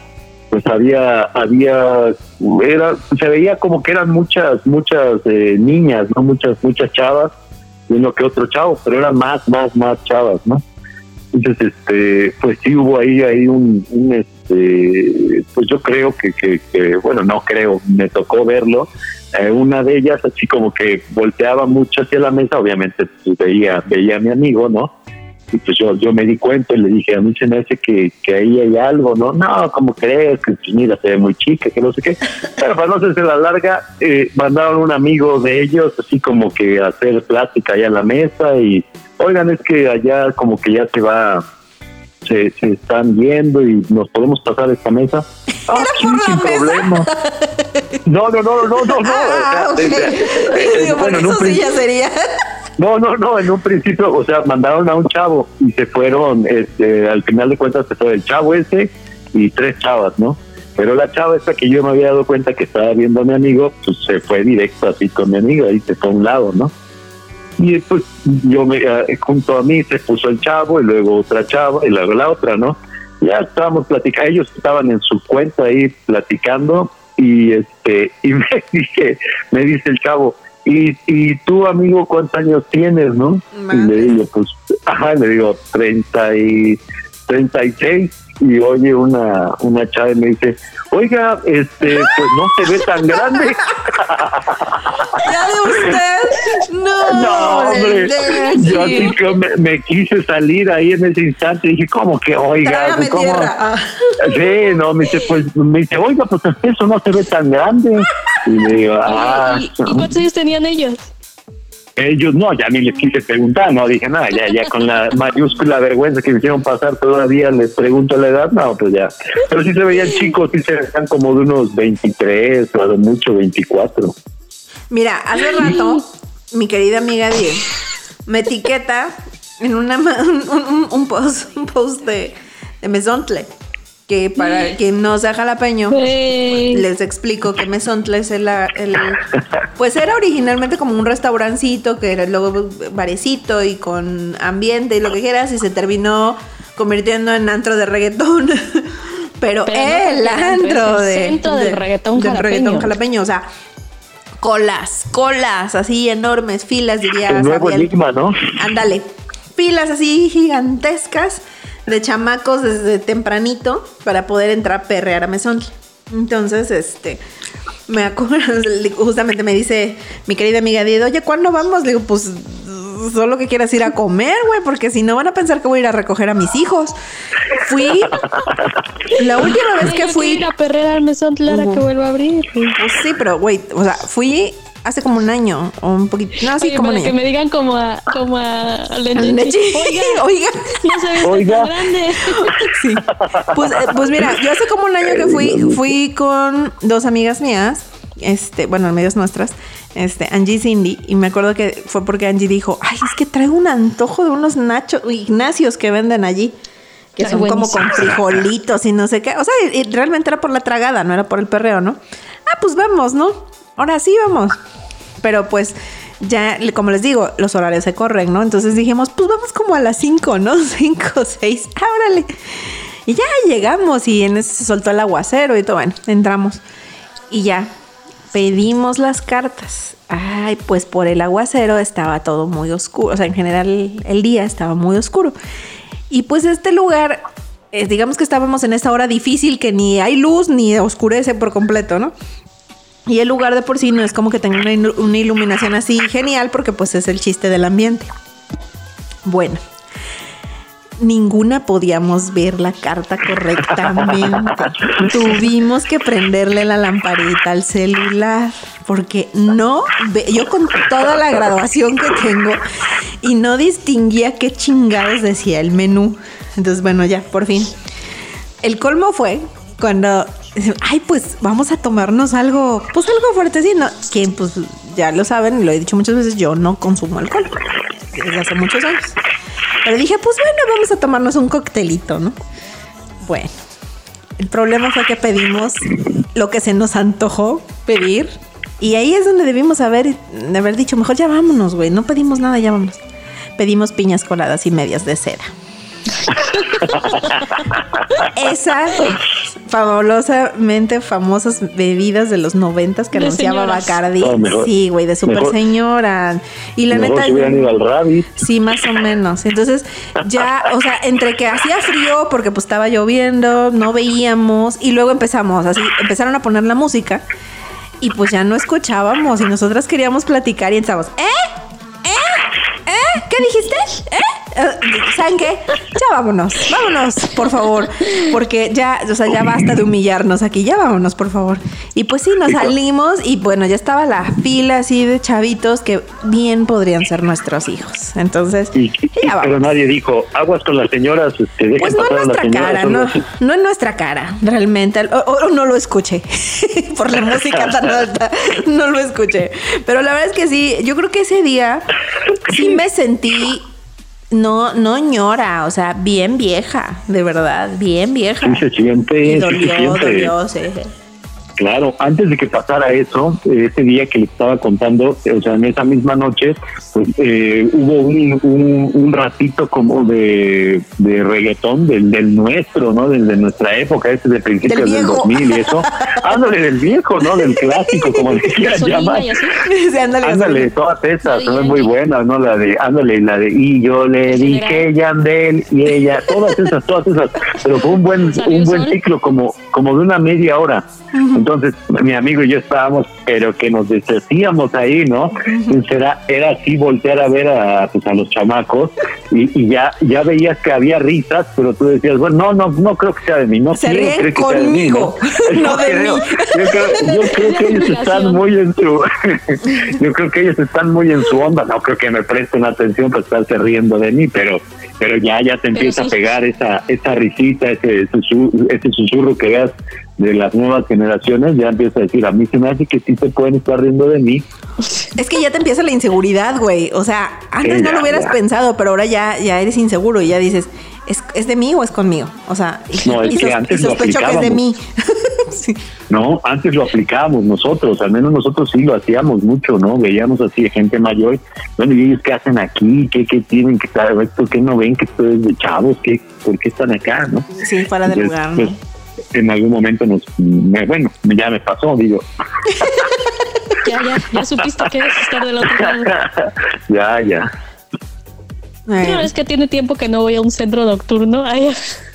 pues había, había, era, se veía como que eran muchas, muchas eh, niñas, ¿no? Muchas, muchas chavas, y uno que otro chavo, pero eran más, más, más chavas, ¿no? Entonces, este, pues sí hubo ahí, ahí un, un este, pues yo creo que, que, que, bueno, no creo, me tocó verlo. Eh, una de ellas así como que volteaba mucho hacia la mesa, obviamente pues, veía, veía a mi amigo, ¿no? Y pues yo, yo me di cuenta y le dije, a mí se me hace que, que ahí hay algo, ¿no? No, ¿cómo crees? Que pues mira, se ve muy chica, que no sé qué. Pero para no hacerse la larga, eh, mandaron un amigo de ellos así como que a hacer plática allá en la mesa y, oigan, es que allá como que ya se va, se, se están viendo y nos podemos pasar esta mesa. Ah, sí, sin problema. No, no, no, no, no, no. Ah, o sea, okay. de, de, de, Digo, bueno, en un eso sí ya sería. No, no, no, en un principio, o sea, mandaron a un chavo y se fueron, este, al final de cuentas se fue el chavo ese y tres chavas, ¿no? Pero la chava esta que yo me había dado cuenta que estaba viendo a mi amigo, pues se fue directo así con mi amigo y se fue a un lado, ¿no? Y pues yo me, junto a mí se puso el chavo y luego otra chava y luego la otra, ¿no? Ya estábamos platicando, ellos estaban en su cuenta ahí platicando y este, y me dije, me dice el chavo, Y, y tú, amigo, ¿cuántos años tienes, no? Madre. Y le digo, pues, ajá, le digo, treinta y seis. Y oye una, una chava y me dice, oiga, este, pues no se ve tan grande. ¿Ya de usted? No, No, hombre. de- Yo así que me, me quise salir ahí en ese instante. Dije, ¿cómo que oiga? Trágame ¿Cómo? tierra. Ah. Sí, no, me dice, pues, me dice, oiga, pues eso no se ve tan grande. Y le digo, ah. ¿Y, y cuántos años tenían ellos? Ellos no, ya ni les quise preguntar, no dije nada, ya ya con la mayúscula vergüenza que me hicieron pasar todavía les pregunto la edad, no, pues ya. Pero sí se veían chicos, sí se veían como de unos veintitrés o de mucho veinticuatro. Mira, hace rato, mi querida amiga Die me etiqueta en una ma- un, un, un post, un post de, de Mesontle, que para quien no sea jalapeño, Güey. les explico que Mesontle es el, el pues era originalmente como un restaurancito que era luego barecito y con ambiente y lo que quieras y se terminó convirtiendo en antro de reggaetón. Pero, Pero no el cualquier antro, antro es el de, centro del reggaetón del jalapeño. reggaetón jalapeño, o sea, colas, colas así enormes, filas diría El nuevo Sabiel. enigma, ¿no? Ándale, filas así gigantescas de chamacos desde tempranito para poder entrar a perrear a Mesón. Entonces, este, me acuerdo, justamente me dice mi querida amiga Dido, oye, ¿cuándo vamos? Le digo, pues solo que quieras ir a comer, güey, porque si no van a pensar que voy a ir a recoger a mis hijos. Fui, la última vez Ay, que yo fui... quiero ir a perrer al mesón Clara Ujú. que vuelva a abrir. Pues sí, pero güey, o sea, fui hace como un año o un poquito, no, sí, Oye, como un para que año. me digan como a, como a Leche. Leche. Oiga, Oiga. no se ve Oiga. tan grande. Sí. Pues, eh, pues mira, yo hace como un año que fui, fui con dos amigas mías, este, bueno, amigas nuestras, este, Angie y Cindy, y me acuerdo que fue porque Angie dijo, ay, es que traigo un antojo de unos nachos, Ignacios que venden allí, que Ay, son como buenísimo. con frijolitos y no sé qué. O sea, y, y realmente era por la tragada, no era por el perreo, ¿no? Ah, pues vamos, ¿no? Ahora sí vamos. Pero pues ya, como les digo, los horarios se corren, ¿no? Entonces dijimos, pues vamos como a las cinco, ¿no? cinco, seis, ah, órale. Y ya llegamos y en eso se soltó el aguacero y todo, bueno, entramos. Y ya, pedimos las cartas. Ay, pues por el aguacero estaba todo muy oscuro. O sea, en general el día estaba muy oscuro. Y pues este lugar, eh, digamos que estábamos en esta hora difícil que ni hay luz ni oscurece por completo, ¿no? Y el lugar de por sí no es como que tenga una, ilu- una iluminación así genial porque pues es el chiste del ambiente. Bueno, ninguna podíamos ver la carta correctamente. Tuvimos que prenderle la lamparita al celular porque no ve, yo con toda la graduación que tengo y no distinguía qué chingados decía el menú. Entonces, bueno, ya, por fin. El colmo fue cuando, ay, pues vamos a tomarnos algo, pues algo fuertecito, que pues ya lo saben, lo he dicho muchas veces, yo no consumo alcohol desde hace muchos años. Pero dije, pues bueno, vamos a tomarnos un coctelito, ¿no? Bueno, el problema fue que pedimos lo que se nos antojó pedir. Y ahí es donde debimos haber, de haber dicho, mejor ya vámonos, güey. No pedimos nada, ya vámonos. Pedimos piñas coladas y medias de seda. Esa fabulosamente famosas bebidas de los noventas que De anunciaba señoras. Bacardi. No, mejor- sí, güey, de super mejor- señora. Y la Mejor neta... se hubieran ido al Rabbit. Sí, más o menos. Entonces, ya, o sea, entre que hacía frío porque pues estaba lloviendo, no veíamos, y luego empezamos, así, empezaron a poner la música y pues ya no escuchábamos y nosotras queríamos platicar y estábamos, ¿eh? ¿Eh? ¿Eh? ¿Qué dijiste? ¿Eh? Eh, ¿Saben qué? Ya vámonos, vámonos, por favor, porque ya, o sea, ya basta de humillarnos aquí, ya vámonos, por favor. Y pues sí, nos salimos y bueno, ya estaba la fila así de chavitos que bien podrían ser nuestros hijos. Entonces, Y, y- ya pero vamos. nadie dijo, aguas con las señoras, este, dejen Pues no en pasar a las nuestra señoras, cara, solo no, así. no en nuestra cara, realmente. O, o- o no lo escuché por la música tan alta, no lo escuché. Pero la verdad es que sí, yo creo que ese día sí me sentí, no, no ñora, o sea, bien vieja, de verdad, bien vieja. Sí se siente, Y sí se dolió, siente. dolió, sí. Claro, antes de que pasara eso, ese día que le estaba contando, o sea, en esa misma noche, pues eh, hubo un, un, un ratito como de, de reggaetón del, del nuestro, ¿no? Del, de nuestra época, ese de principios Del del, viejo. dos mil y eso. Ándale, del viejo, ¿no? Del clásico, como le quieras Gasolina llamar. y así. Sí, ándale, Ándale, ándale. todas esas, Daddy son muy Yankee. buenas, ¿no? La de, ándale, la de, y yo le En dije general. Yandel y ella, todas esas, todas esas, pero fue un buen, Salió un el buen sol. ciclo, como, como de una media hora. Entonces, mi amigo y yo estábamos, pero que nos deshacíamos ahí, ¿no? Entonces era, era así voltear a ver a, pues, a los chamacos y, y ya, ya veías que había risas, pero tú decías, bueno, no, no, no creo que sea de mí, no Se quiero ríen creer que sea de mí, ¿no? conmigo, no de creo. mí. Yo creo, yo creo que ellos están Obligación. muy en su, yo creo que ellos están muy en su onda, no creo que me presten atención para estarse riendo de mí, pero, pero ya, ya te empieza sí. a pegar esa, esa risita, ese susurro, ese susurro que veas de las nuevas generaciones, ya empieza a decir, a mí se me hace que sí se pueden estar riendo de mí. Es que ya te empieza la inseguridad, güey. O sea, antes Sí, no ya, lo hubieras ya. pensado, pero ahora ya, ya eres inseguro y ya dices, ¿es, ¿es de mí o es conmigo? O sea, y, No, es y que sos- antes y lo sospecho que es de aplicábamos. mí. Sí. No, antes lo aplicábamos nosotros, al menos nosotros sí lo hacíamos mucho, ¿no? Veíamos así de gente mayor, bueno, ¿y ellos qué hacen aquí? ¿Qué, qué tienen que estar? ¿Por qué no ven que esto es de chavos? ¿Qué, ¿Por qué están acá, no? Sí, fuera de Entonces, lugar, pues, ¿no? en algún momento nos, me- bueno, ya me pasó, digo, Ya, ya, ya supiste que eres estar del otro lado. ya, ya. Eh, No, es que tiene tiempo que no voy a un centro nocturno. Ay,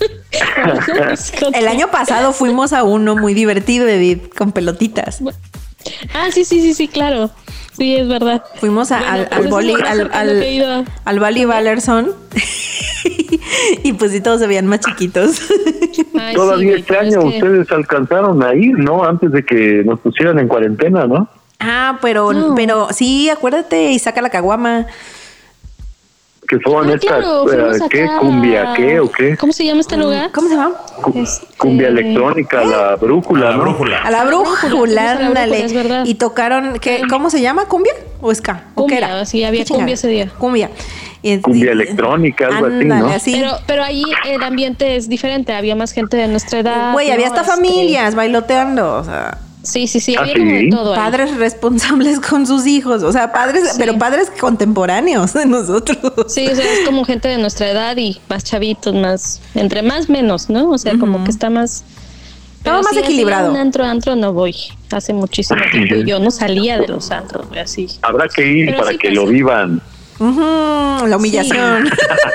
el año pasado fuimos a uno muy divertido, Edith, con pelotitas. Ah, sí, sí, sí, sí, claro. Sí, es verdad. Fuimos a- Bueno, al, pues al es boli, lo más al, cercano al, que he ido a- al Bali Ballerson. Y pues sí, todos se veían más chiquitos. Ay, Todavía sí, güey, este pero es año que- ustedes alcanzaron a ir, ¿no? Antes de que nos pusieran en cuarentena, ¿no? Ah, pero, No. pero sí, acuérdate y saca la caguama. Que fueron Ah, estas, claro, fuimos eh, ¿qué? acá- ¿Cumbia qué o qué? ¿Cómo se llama este lugar? ¿Cómo se llama? Cu- Este- Cumbia electrónica, la brújula, La ¿no? brújula. A la brújula, brújula, fuimos a la brújula, ándale. es verdad. Y tocaron, ¿qué, ¿cómo se llama? ¿Cumbia o ska? ¿O qué Cumbia, era? sí, había ¿Qué chingada? cumbia ese día. Cumbia. Y- Cumbia y- electrónica, algo así, ándale, ¿no? así. Pero, pero ahí el ambiente es diferente. Había más gente de nuestra edad. Güey, ¿no? había hasta Este, familias bailoteando, o sea, Sí, sí, sí. ¿Ah, Había sí? como de todo ahí. padres responsables con sus hijos, o sea, padres, Sí. pero padres contemporáneos de nosotros. Sí, o sea, es como gente de nuestra edad y más chavitos, más, entre más menos, ¿no? O sea, como que está más... Todo más sí, así equilibrado. a un antro, antro no voy. Hace muchísimo tiempo y yo no salía de los antros, güey, así. Habrá que ir Pero para sí que pasa. lo vivan. Ujú, la humillación.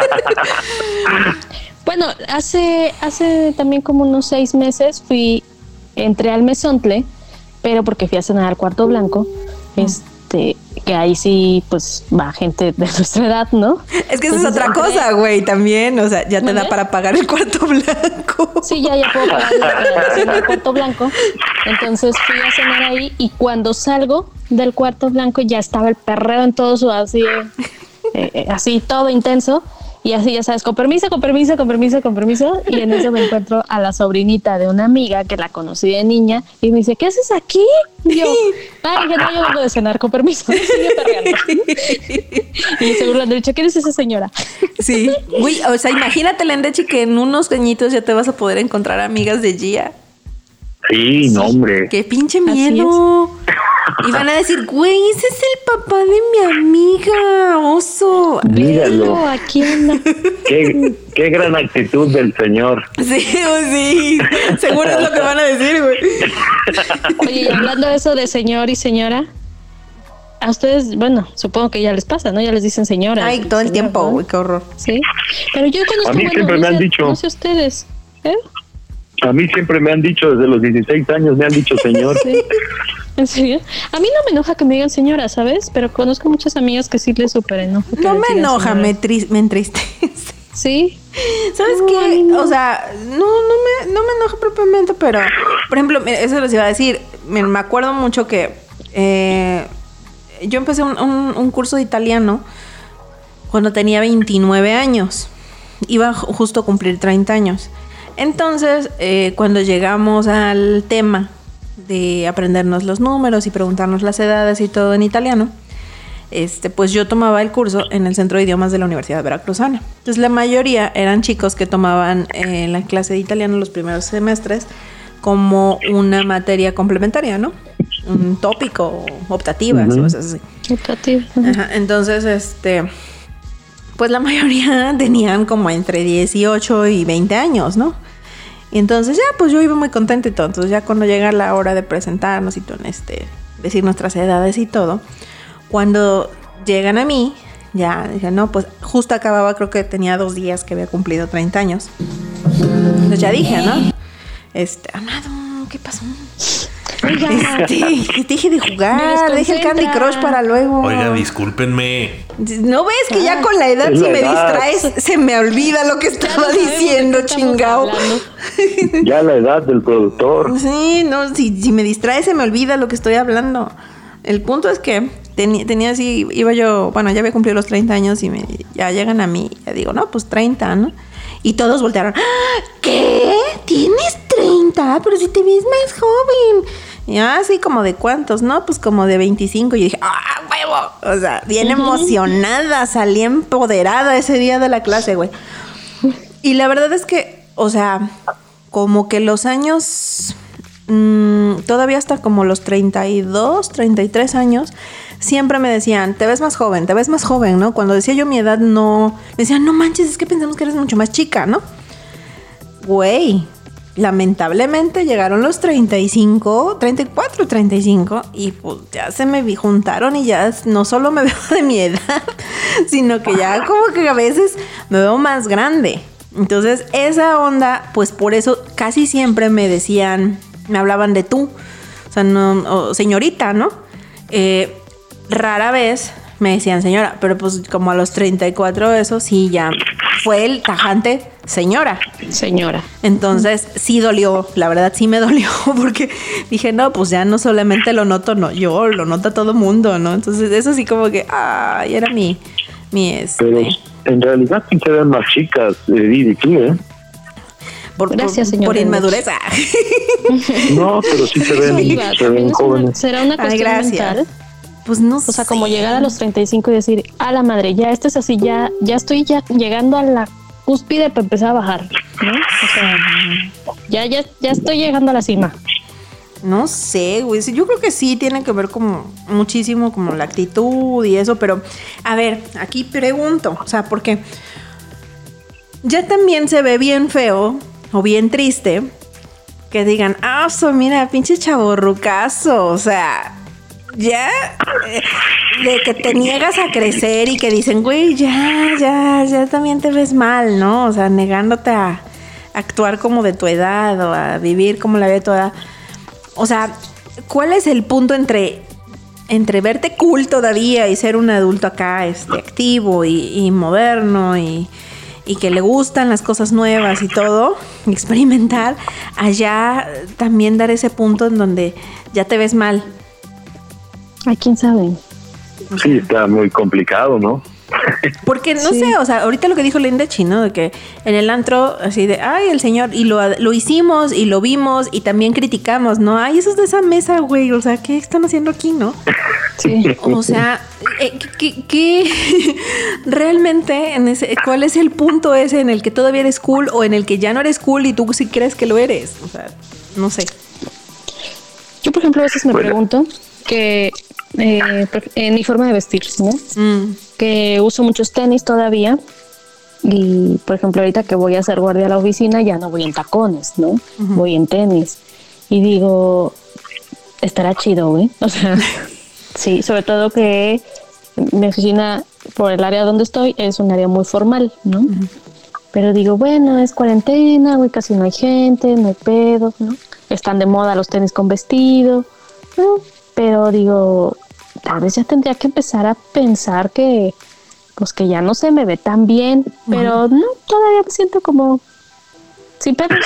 Bueno, hace, hace también como unos seis meses fui, entré al Mesontle, pero porque fui a cenar al Cuarto Blanco, este, que ahí sí, pues, va gente de nuestra edad, ¿no? Es que esa es Entonces, otra entré- cosa, güey, también, o sea, ya te ¿Mande? da para pagar el cuarto blanco. Sí, ya, ya puedo pagar la cena del Cuarto Blanco. Entonces fui a cenar ahí y cuando salgo del Cuarto Blanco ya estaba el perreo en todo su así, eh, eh, así todo intenso. Y así, ya sabes, con permiso, con permiso, con permiso, con permiso. Y en eso me encuentro a la sobrinita de una amiga que la conocí de niña y me dice, ¿qué haces aquí? Y yo, ay, dije, no, yo vengo de cenar, con permiso. Sigue perreando. Y se burlan, de dicho, ¿quién es esa señora? Sí. Güey, o sea, imagínate, Lendechi, que en unos añitos ya te vas a poder encontrar amigas de Gia. Sí, no, hombre. ¡Qué pinche miedo! Y van a decir, güey, ese es el papá de mi amiga, oso. Míralo. Aquí anda. Qué, qué gran actitud del señor. Sí, sí. Seguro es lo que van a decir, güey. Oye, y hablando de eso de señor y señora, a ustedes, bueno, supongo que ya les pasa, ¿no? Ya les dicen señora. Ay, todo el señor, tiempo, ¿no? güey, qué horror. Sí. Pero yo conozco, A mí bueno, siempre no me han sé- dicho. No sé ustedes, ¿eh? A mí siempre me han dicho, desde los dieciséis años me han dicho señor. Sí. ¿En serio? A mí no me enoja que me digan señora, ¿sabes? Pero conozco muchas amigas que sí les súper enoja. que No les me digan enoja, señora. me, tris- me entristece. Sí. ¿Sabes No, qué? a mí no. O sea, no, no me, no me enoja propiamente, pero, por ejemplo, mira, eso les iba a decir. Me, me acuerdo mucho que eh, yo empecé un, un, un curso de italiano cuando tenía veintinueve años. Iba ju- justo a cumplir treinta años. Entonces, eh, cuando llegamos al tema de aprendernos los números y preguntarnos las edades y todo en italiano, este, pues yo tomaba el curso en el Centro de Idiomas de la Universidad Veracruzana. Entonces la mayoría eran chicos que tomaban eh, la clase de italiano los primeros semestres como una materia complementaria, ¿no? Un tópico, optativas, Ujú. cosas así. Educativo. Ajá, entonces, este, pues la mayoría tenían como entre dieciocho y veinte años, ¿no? Y entonces ya, pues yo iba muy contenta y todo. Entonces ya cuando llega la hora de presentarnos y todo, este, decir nuestras edades y todo, cuando llegan a mí, ya dije, no, pues justo acababa, creo que tenía dos días que había cumplido treinta años. Entonces ya dije, ¿no? Este, amado, ¿qué pasó? Oiga, Este, te dije de Me jugar, deje el Candy desconcentra. Crush para luego. Oiga, discúlpenme. ¿No ves que ya con la edad, Es si la me edad. distraes, se me olvida lo que ya estaba no sabemos de diciendo, qué estamos chingao? hablando. Ya la edad del productor. Sí, no, si, si me distrae, se me olvida lo que estoy hablando. El punto es que tenía, tenía así, iba yo, bueno, ya había cumplido los treinta años y me, ya llegan a mí, ya digo, no, pues treinta, ¿no? Y todos voltearon, ¡ah! ¿Qué? ¿Tienes treinta? Pero si te ves más joven. Y así como de cuántos, ¿no? Pues como de veinticinco. Y yo dije, ¡ah, huevo! O sea, bien emocionada, salí empoderada ese día de la clase, güey. Y la verdad es que, o sea, como que los años, mmm, todavía hasta como los treinta y dos, treinta y tres años, siempre me decían, te ves más joven, te ves más joven, ¿no? Cuando decía yo mi edad, no, me decían, no manches, es que pensamos que eres mucho más chica, ¿no? Güey, lamentablemente llegaron los treinta y cinco, treinta y cuatro, treinta y cinco y pues ya se me vi- juntaron y ya no solo me veo de mi edad, sino que ya como que a veces me veo más grande. Entonces esa onda, pues por eso casi siempre me decían, me hablaban de tú, o sea, no, o señorita, ¿no? Eh, rara vez me decían señora, pero pues como a los treinta y cuatro eso sí ya fue el tajante señora. Señora. Entonces sí dolió, la verdad sí me dolió porque dije, no, pues ya no solamente lo noto no, yo, lo nota todo mundo, ¿no? Entonces eso sí como que, ay, era mi, mi este, Pero en realidad sí se ven más chicas, eh, Didi, tú, ¿eh? por, Gracias, por, señor por Henry. inmadurez. No, pero sí se Eso ven, iba, se también ven es una- jóvenes. será una Ay, cuestión gracias. mental. Pues no O sea, como sé. llegar a los treinta y cinco y decir, a la madre, ya esto es así, ya, ya estoy ya llegando a la cúspide para empezar a bajar, ¿no? O sea, ya, ya, ya estoy llegando a la cima. No sé, güey. Sí, yo creo que sí tiene que ver como muchísimo como la actitud y eso, pero a ver, aquí pregunto, o sea, porque ya también se ve bien feo o bien triste que digan, ah, so, mira, pinche chavorrucazo, o sea, ya eh, de que te niegas a crecer y que dicen, güey, ya, ya, ya también te ves mal, ¿no? O sea, negándote a actuar como de tu edad o a vivir como la vida de tu edad. O sea, ¿cuál es el punto entre, entre verte cool todavía y ser un adulto acá este, activo y, y moderno y, y que le gustan las cosas nuevas y todo, y experimentar, allá también dar ese punto en donde ya te ves mal? ¿A quién sabe? Sí, está muy complicado, ¿no? Porque, no Sí. sé, o sea, ahorita lo que dijo Lindechi, ¿no? De que en el antro, así de, ay, el señor, y lo, lo hicimos, y lo vimos, y también criticamos, ¿no? Ay, eso es de esa mesa, güey, o sea, ¿qué están haciendo aquí, no? Sí. O sea, eh, ¿qué, qué realmente, en ese, cuál es el punto ese en el que todavía eres cool o en el que ya no eres cool y tú sí crees que lo eres? O sea, no sé. Yo, por ejemplo, a veces me Bueno. pregunto que eh, en mi forma de vestir, ¿no? Mm. Que uso muchos tenis todavía y, por ejemplo, ahorita que voy a hacer guardia a la oficina ya no voy en tacones, ¿no? Uh-huh. Voy en tenis y digo, estará chido, güey. O sea, sí, sobre todo que mi oficina, por el área donde estoy, es un área muy formal, ¿no? Uh-huh. Pero digo, bueno, es cuarentena, güey, casi no hay gente, no hay pedo, ¿no? Están de moda los tenis con vestido, ¿no? Pero digo, tal vez ya tendría que empezar a pensar que, pues que ya no se me ve tan bien, pero uh-huh. no, todavía me siento como sin pedos.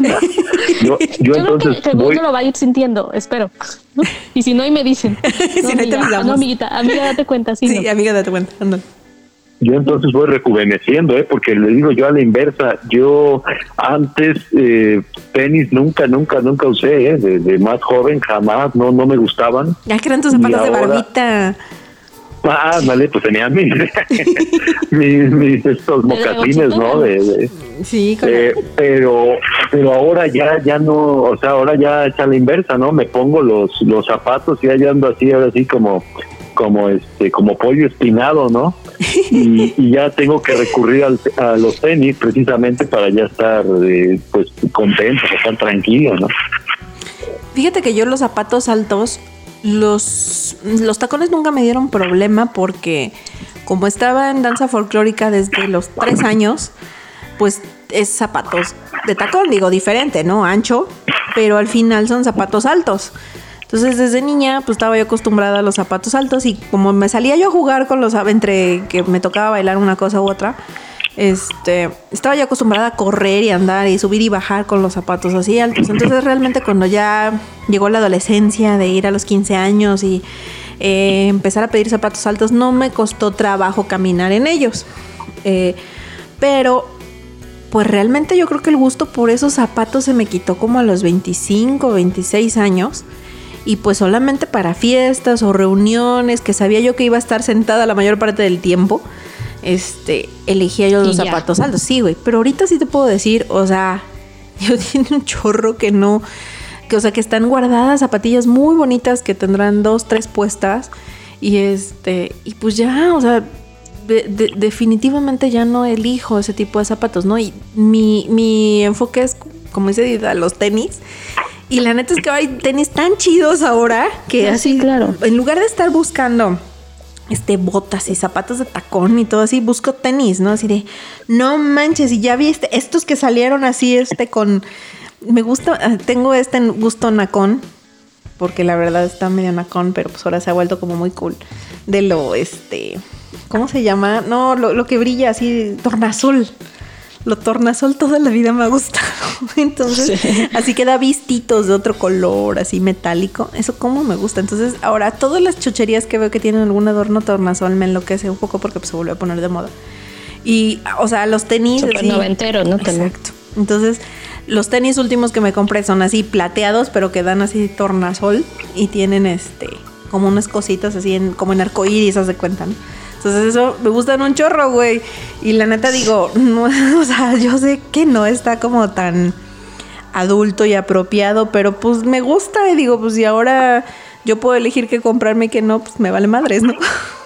yo, yo, yo entonces creo que voy... uno lo va a ir sintiendo, espero, ¿no? Y si no, ahí me dicen, no, si no, amiga, te no, amiguita, amiga, date cuenta, sí, sí, no. amiga, date cuenta, ándale. Yo entonces voy rejuveneciendo, ¿eh? Porque le digo yo a la inversa, yo antes eh, tenis nunca, nunca, nunca usé, ¿eh? De, de más joven jamás, no, no me gustaban. Ya que eran tus zapatos de barbita. Ah, vale, pues tenía mis, mis, mis estos mocasines, ¿no? De, de, sí, eh, pero, pero ahora ya, ya no, o sea, ahora ya es a la inversa, ¿no? Me pongo los, los zapatos y ya ando así, ahora sí como, como este, como pollo espinado, ¿no? Y, y ya tengo que recurrir al, a los tenis precisamente para ya estar, eh, pues, contento, estar tranquilo, ¿no? Fíjate que yo los zapatos altos, los, los tacones nunca me dieron problema porque como estaba en danza folclórica desde los tres años, pues es zapatos de tacón, digo, diferente, ¿no? Ancho, pero al final son zapatos altos. Entonces, desde niña, pues estaba yo acostumbrada a los zapatos altos y como me salía yo a jugar con los, entre que me tocaba bailar una cosa u otra, este, estaba yo acostumbrada a correr y andar y subir y bajar con los zapatos así altos. Entonces, realmente cuando ya llegó la adolescencia de ir a los quince años y eh, empezar a pedir zapatos altos, no me costó trabajo caminar en ellos. Eh, pero, pues realmente yo creo que el gusto por esos zapatos se me quitó como a los veinticinco, veintiséis años. Y pues solamente para fiestas o reuniones, que sabía yo que iba a estar sentada la mayor parte del tiempo, este, elegía yo los zapatos altos. Sí, güey, pero ahorita sí te puedo decir, o sea, yo tiene un chorro que no, que o sea, que están guardadas zapatillas muy bonitas que tendrán dos, tres puestas. Y este, y pues ya, o sea, de, de, definitivamente ya no elijo ese tipo de zapatos, ¿no? Y mi, mi enfoque es, como dice Dida, los tenis. Y la neta es que hay tenis tan chidos ahora que ah, así, sí, claro. En lugar de estar buscando este botas y zapatos de tacón y todo así, busco tenis, ¿no? Así de, no manches, y ya vi este, estos que salieron así, este con, me gusta, tengo este gusto nacón, porque la verdad está medio nacón, pero pues ahora se ha vuelto como muy cool, de lo, este, ¿cómo se llama? No, lo, lo que brilla así, tornasol. Lo tornasol toda la vida me ha gustado. Entonces, sí. Así que da vistitos de otro color, así metálico. Eso como me gusta. Entonces, ahora todas las chucherías que veo que tienen algún adorno tornasol me enloquece un poco porque pues, se volvió a poner de moda. Y, o sea, los tenis... Súper así, noventero, ¿no? Exacto. Entonces, los tenis últimos que me compré son así plateados, pero que dan así tornasol y tienen este como unas cositas así en, como en arcoíris, haz de cuenta, ¿no? Entonces eso me gustan un chorro, güey. Y la neta digo, no, o sea, yo sé que no está como tan adulto y apropiado, pero pues me gusta. Y digo, pues si ahora yo puedo elegir qué comprarme y qué no, pues me vale madres, ¿no?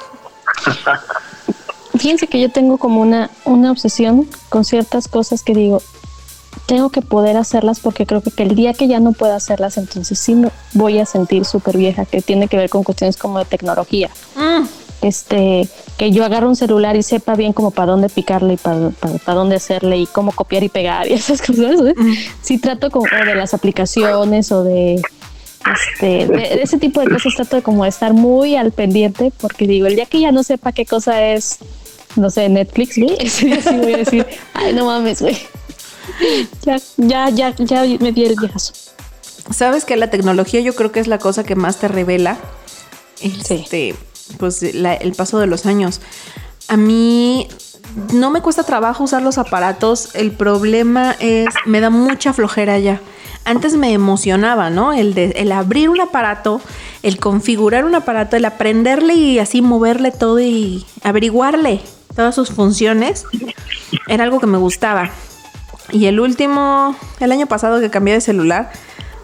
Fíjense que yo tengo como una, una obsesión con ciertas cosas que digo, tengo que poder hacerlas porque creo que, que el día que ya no pueda hacerlas, entonces sí me voy a sentir súper vieja, que tiene que ver con cuestiones como de tecnología. Mm. Este, que yo agarro un celular y sepa bien como para dónde picarle y para, para, para dónde hacerle y cómo copiar y pegar y esas cosas, ¿eh? Mm. Sí trato como de las aplicaciones o de, este, de, de ese tipo de cosas, trato de como de estar muy al pendiente porque digo, el día que ya no sepa qué cosa es, no sé, Netflix, güey, ese día sí voy a decir, ay, no mames, güey, ya, ya, ya, ya me di el viejazo. ¿Sabes que la tecnología yo creo que es la cosa que más te revela? Este... Sí. Pues la, el paso de los años. A mí no me cuesta trabajo usar los aparatos. El problema es, me da mucha flojera ya. Antes me emocionaba, ¿no? El, de, el abrir un aparato, el configurar un aparato, el aprenderle y así moverle todo y averiguarle todas sus funciones. Era algo que me gustaba. Y el último, el año pasado que cambié de celular,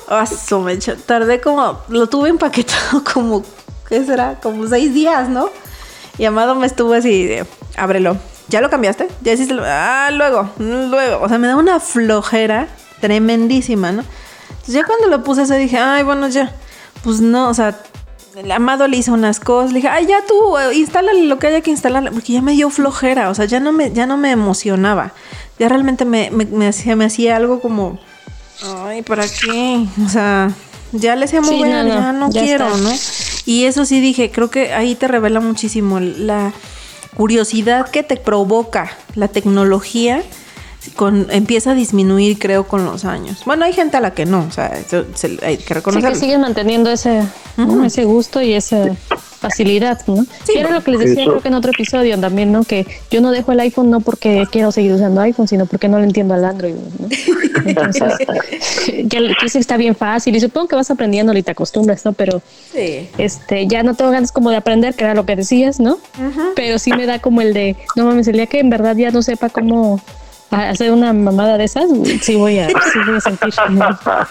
Ah, su mecha. Tardé como, lo tuve empaquetado como, ¿qué será? Como seis días, ¿no? Y Amado me estuvo así, de, ábrelo. ¿Ya lo cambiaste? ¿Ya hiciste? Lo... Ah, luego, luego. O sea, me da una flojera tremendísima, ¿no? Entonces ya cuando lo puse así dije, ay, bueno, ya. Pues no, o sea, el Amado le hizo unas cosas. Le dije, ay, ya tú, instálale lo que haya que instalar. Porque ya me dio flojera, o sea, ya no me, ya no me emocionaba. Ya realmente me, me, me, hacía, me hacía algo como, ay, ¿para qué? O sea, ya le decía muy Sí, bueno, no, no, ya no ya quiero, está. ¿no? Y eso sí dije, creo que ahí te revela muchísimo la curiosidad que te provoca la tecnología. Con, empieza a disminuir, creo, con los años. Bueno, hay gente a la que no, o sea, eso se, hay que Sí, reconocerlo. que siguen manteniendo ese, Ujú. ¿no? ese gusto y esa facilidad, ¿no? Sí, y era lo que les decía, eso. creo que en otro episodio también, ¿no? Que yo no dejo el iPhone no porque quiero seguir usando iPhone, sino porque no le entiendo al Android, ¿no? Entonces, que, que sí está bien fácil y supongo que vas aprendiendo y te acostumbras, ¿no? Pero Sí. este, ya no tengo ganas como de aprender, que era lo que decías, ¿no? Ujú. Pero sí me da como el de, no mames, el día que en verdad ya no sepa cómo hacer una mamada de esas, sí voy a, sí voy a sentir como...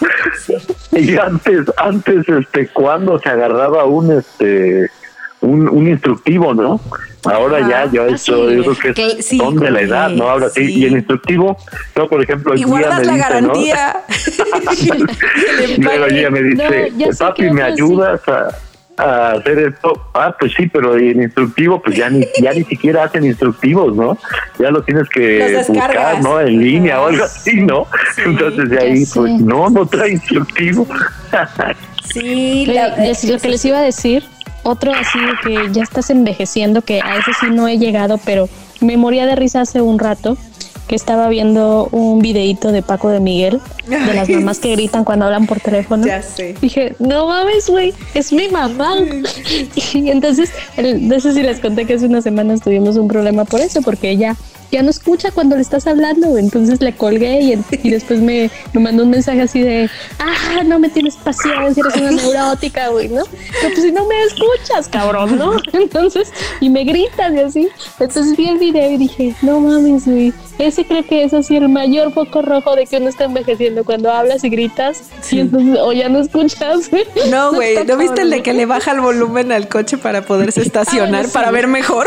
Y antes, antes, este, cuando se agarraba un, este, un, un instructivo, ¿no? Ahora Ah, ya, yo, ah, eso, sí. yo creo que Que- es sí, don de la edad, ¿no? Ahora sí. sí. Y el instructivo, yo, por ejemplo, el Y día guardas me la dice, garantía. ¿no? Luego ella me dice, No, ya sé papi, que ¿me otros sí. ayudas a, a hacer esto? Ah, pues sí, pero en instructivo, pues ya ni, ya ni siquiera hacen instructivos, ¿no? Ya lo tienes que Los descargas. buscar, ¿no? En línea o algo así, ¿no? Sí, Entonces de ya ahí, sé. pues no, no trae instructivo. Sí, Oye, la- les- lo que les iba a decir, otro así de que ya estás envejeciendo, que a ese sí no he llegado, pero me moría de risa hace un rato, que estaba viendo un videíto de Paco de Miguel, de las mamás que gritan cuando hablan por teléfono. Ya sé. Dije, no mames, güey, es mi mamá. Y entonces, el, no sé si les conté que hace unas semanas tuvimos un problema por eso, porque ella ya no escucha cuando le estás hablando, güey. Entonces le colgué y, y después me, me mandó un mensaje así de, ah, no me tienes paciencia, eres una neurótica, güey, ¿no? Pero pues si no me escuchas, cabrón, ¿no? Entonces, y me gritas y así. Entonces vi el video y dije, no mames, güey. Ese creo que es así el mayor foco rojo de que uno está envejeciendo cuando hablas y gritas, y entonces, o ya no escuchas, güey. No, güey, Está ¿no viste el de cabrón, que le baja el volumen al coche para poderse estacionar, Ah, bueno, sí. para ver mejor?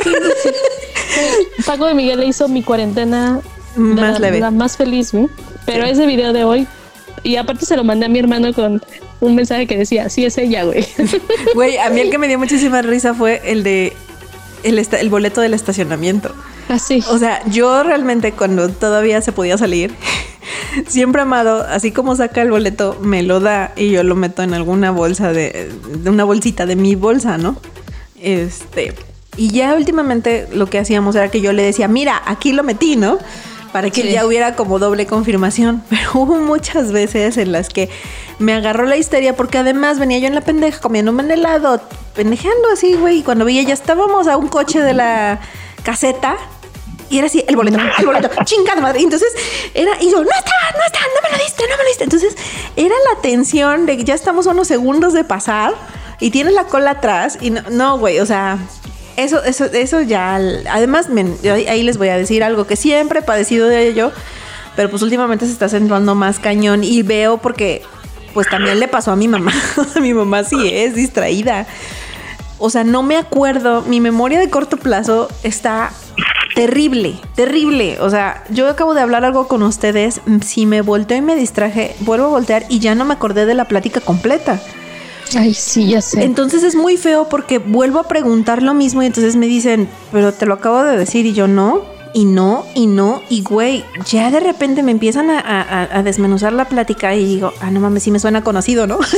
Paco de Miguel le hizo mi cuarentena de Más la, leve. la más feliz, güey. Pero ese video de hoy, y aparte se lo mandé a mi hermano con un mensaje que decía, sí es ella, güey. Güey, a mí el que me dio muchísima risa fue el de el, esta- el boleto del estacionamiento. Así. O sea, yo realmente cuando todavía se podía salir, siempre Amado, así como saca el boleto, me lo da y yo lo meto en alguna bolsa de, de una bolsita de mi bolsa, ¿no? Este, y ya últimamente lo que hacíamos era que yo le decía, mira, aquí lo metí, ¿no? Para que Sí. ya hubiera como doble confirmación. Pero hubo muchas veces en las que me agarró la histeria porque además venía yo en la pendeja comiéndome un helado, pendejeando así, güey. Y cuando veía ya estábamos a un coche de la caseta y era así, el boleto, el boleto, chingada madre. Y entonces era, y yo, no está, no está, no me lo diste, no me lo diste. Entonces era la tensión de que ya estamos a unos segundos de pasar y tienes la cola atrás y no, no, güey, o sea... Eso, eso, eso ya. Además, men, yo ahí les voy a decir algo que siempre he padecido de ello, pero pues últimamente se está acentuando más cañón y veo porque, pues también le pasó a mi mamá. A mi mamá sí es distraída. O sea, no me acuerdo. Mi memoria de corto plazo está terrible, terrible. O sea, yo acabo de hablar algo con ustedes. Si me volteo y me distraje, vuelvo a voltear y ya no me acordé de la plática completa. Ay, sí, ya sé. Entonces es muy feo porque vuelvo a preguntar lo mismo y entonces me dicen, pero te lo acabo de decir y yo no, y no, y no, y güey, ya de repente me empiezan a, a, a desmenuzar la plática y digo, ah, no mames, sí me suena conocido, ¿no?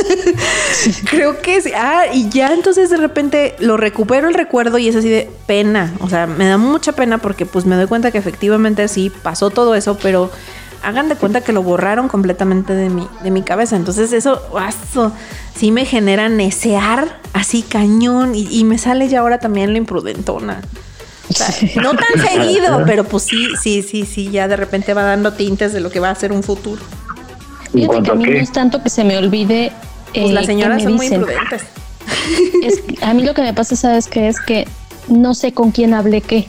Creo que sí. Ah, y ya entonces de repente lo recupero el recuerdo y es así de pena, o sea, me da mucha pena porque pues me doy cuenta que efectivamente sí pasó todo eso, pero... Hagan de cuenta que lo borraron completamente de mi, de mi cabeza. Entonces eso, eso sí me genera necear así cañón. Y, y me sale ya ahora también la imprudentona. O sea, no tan seguido, pero pues sí, sí, sí, sí, ya de repente va dando tintes de lo que va a ser un futuro. ¿En Fíjate que cuanto a a mí qué? no es tanto que se me olvide. Pues eh, las señoras qué son me muy dicen. imprudentes. Es, a mí lo que me pasa, ¿sabes qué? Es que no sé con quién hablé qué.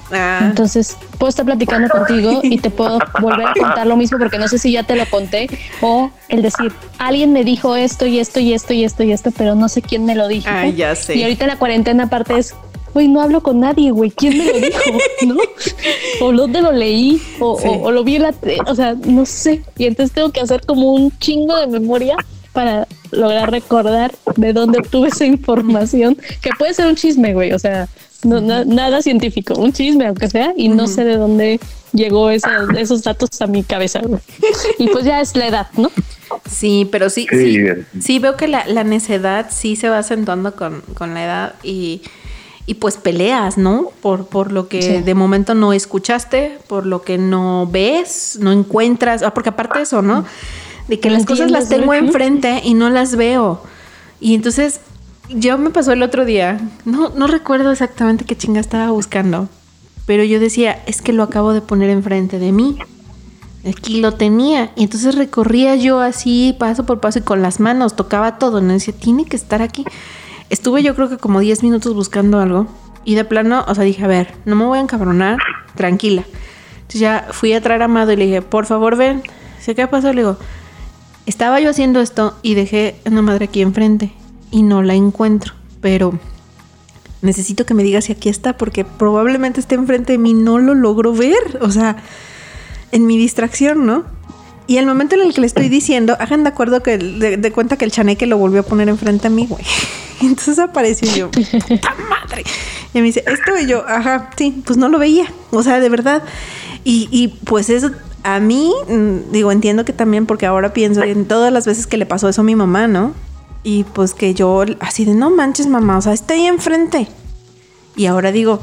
Ah. Entonces, puedo estar platicando contigo y te puedo volver a contar lo mismo porque no sé si ya te lo conté, o el decir, alguien me dijo esto y esto y esto y esto y esto, pero no sé quién me lo dijo. Ay, ya sé. Y ahorita en la cuarentena aparte es, güey, no hablo con nadie, güey, ¿quién me lo dijo? ¿No? O dónde lo leí, o, Sí. o, o lo vi en la, te- o sea, no sé. Y entonces tengo que hacer como un chingo de memoria para lograr recordar de dónde obtuve esa información, que puede ser un chisme, güey, o sea, no, na- nada científico, un chisme aunque sea, y no sé de dónde llegó esa, esos datos a mi cabeza, güey. Y pues ya es la edad, ¿no? Sí, pero sí, Sí. sí, sí veo que la, la necedad sí se va acentuando con, con la edad y, y pues peleas, ¿no? Por, por lo que Sí. de momento no escuchaste, por lo que no ves, no encuentras, ah, porque aparte de eso, ¿no? De que No las cosas las entiendes, tengo ¿no? enfrente y no las veo. Y entonces, yo me pasó el otro día, no, no recuerdo exactamente qué chinga estaba buscando, pero yo decía, es que lo acabo de poner enfrente de mí. Aquí lo tenía. Y entonces recorría yo así, paso por paso, y con las manos tocaba todo. No decía, tiene que estar aquí. Estuve yo creo que como diez minutos buscando algo. Y de plano, o sea, dije, a ver, no me voy a encabronar, tranquila. Entonces ya fui a traer a Amado y le dije, por favor, ven. Dice, ¿qué pasó? Le digo, estaba yo haciendo esto y dejé una madre aquí enfrente y no la encuentro. Pero necesito que me digas si aquí está, porque probablemente esté enfrente de mí, no lo logro ver. O sea, en mi distracción, ¿no? Y el momento en el que le estoy diciendo, hagan de acuerdo que de, de cuenta que el chaneque lo volvió a poner enfrente a mí, güey. Entonces apareció yo, ¡puta madre! Y me dice, esto, y yo, ajá, sí, pues no lo veía. O sea, de verdad. Y, y pues eso, a mí, mm, digo, entiendo que también, porque ahora pienso en todas las veces que le pasó eso a mi mamá, ¿no? Y pues que yo, así de, no manches, mamá, o sea, está ahí enfrente. Y ahora digo,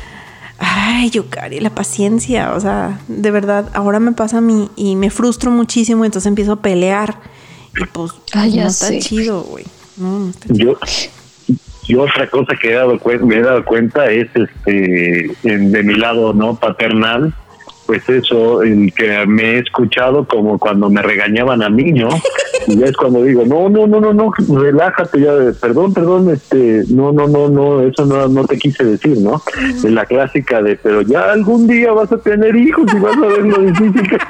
ay, Yukari, la paciencia, o sea, de verdad, ahora me pasa a mí y me frustro muchísimo, y entonces empiezo a pelear y pues Ay, ya no está sé. chido, güey. No, no está chido. Yo, yo otra cosa que he dado cuen- me he dado cuenta es este en- de mi lado no paternal, pues eso, el que me he escuchado como cuando me regañaban a mí, ¿no? Y ya es cuando digo, no, no, no, no, no, relájate ya, perdón, perdón, este, no, no, no, no, eso no, no te quise decir, ¿no? Es la clásica de, pero ya algún día vas a tener hijos y vas a ver lo difícil que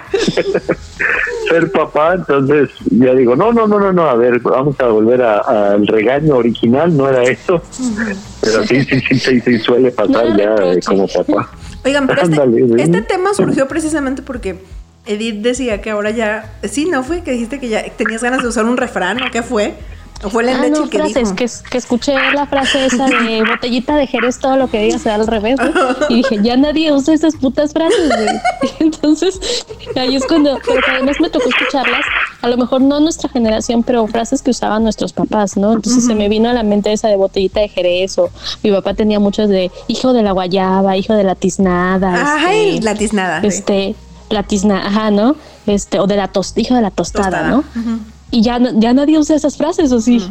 ser papá. Entonces ya digo, no, no, no, no, no, a ver, vamos a volver a- al regaño original, no era eso, pero sí, sí, sí, sí, sí suele pasar No le ya eh, reproches. como papá. Oigan, pero este, Ándale, ¿sí? este tema surgió precisamente porque Edith decía que ahora ya, sí, ¿no fue? Que dijiste que ya tenías ganas de usar un refrán, ¿o qué fue? ¿O fue la Ah, Endechi no, el que frases, dijo? que, que escuché la frase esa de botellita de Jerez, todo lo que digas se da al revés, ¿no? Y dije, ya nadie usa esas putas frases, güey. Y entonces, ahí es cuando, pero que además me tocó escucharlas, a lo mejor no nuestra generación, pero frases que usaban nuestros papás, ¿no? Entonces se me vino a la mente esa de botellita de Jerez, o mi papá tenía muchas de hijo de la guayaba, hijo de la tiznada. Ay, este, la tiznada. sí. Este, la tiznada, ajá, ¿no? Este, o de la tos, hijo de la tostada, Tostada. ¿no? Ujú. Y ya, no- ya nadie usa esas frases, ¿o sí?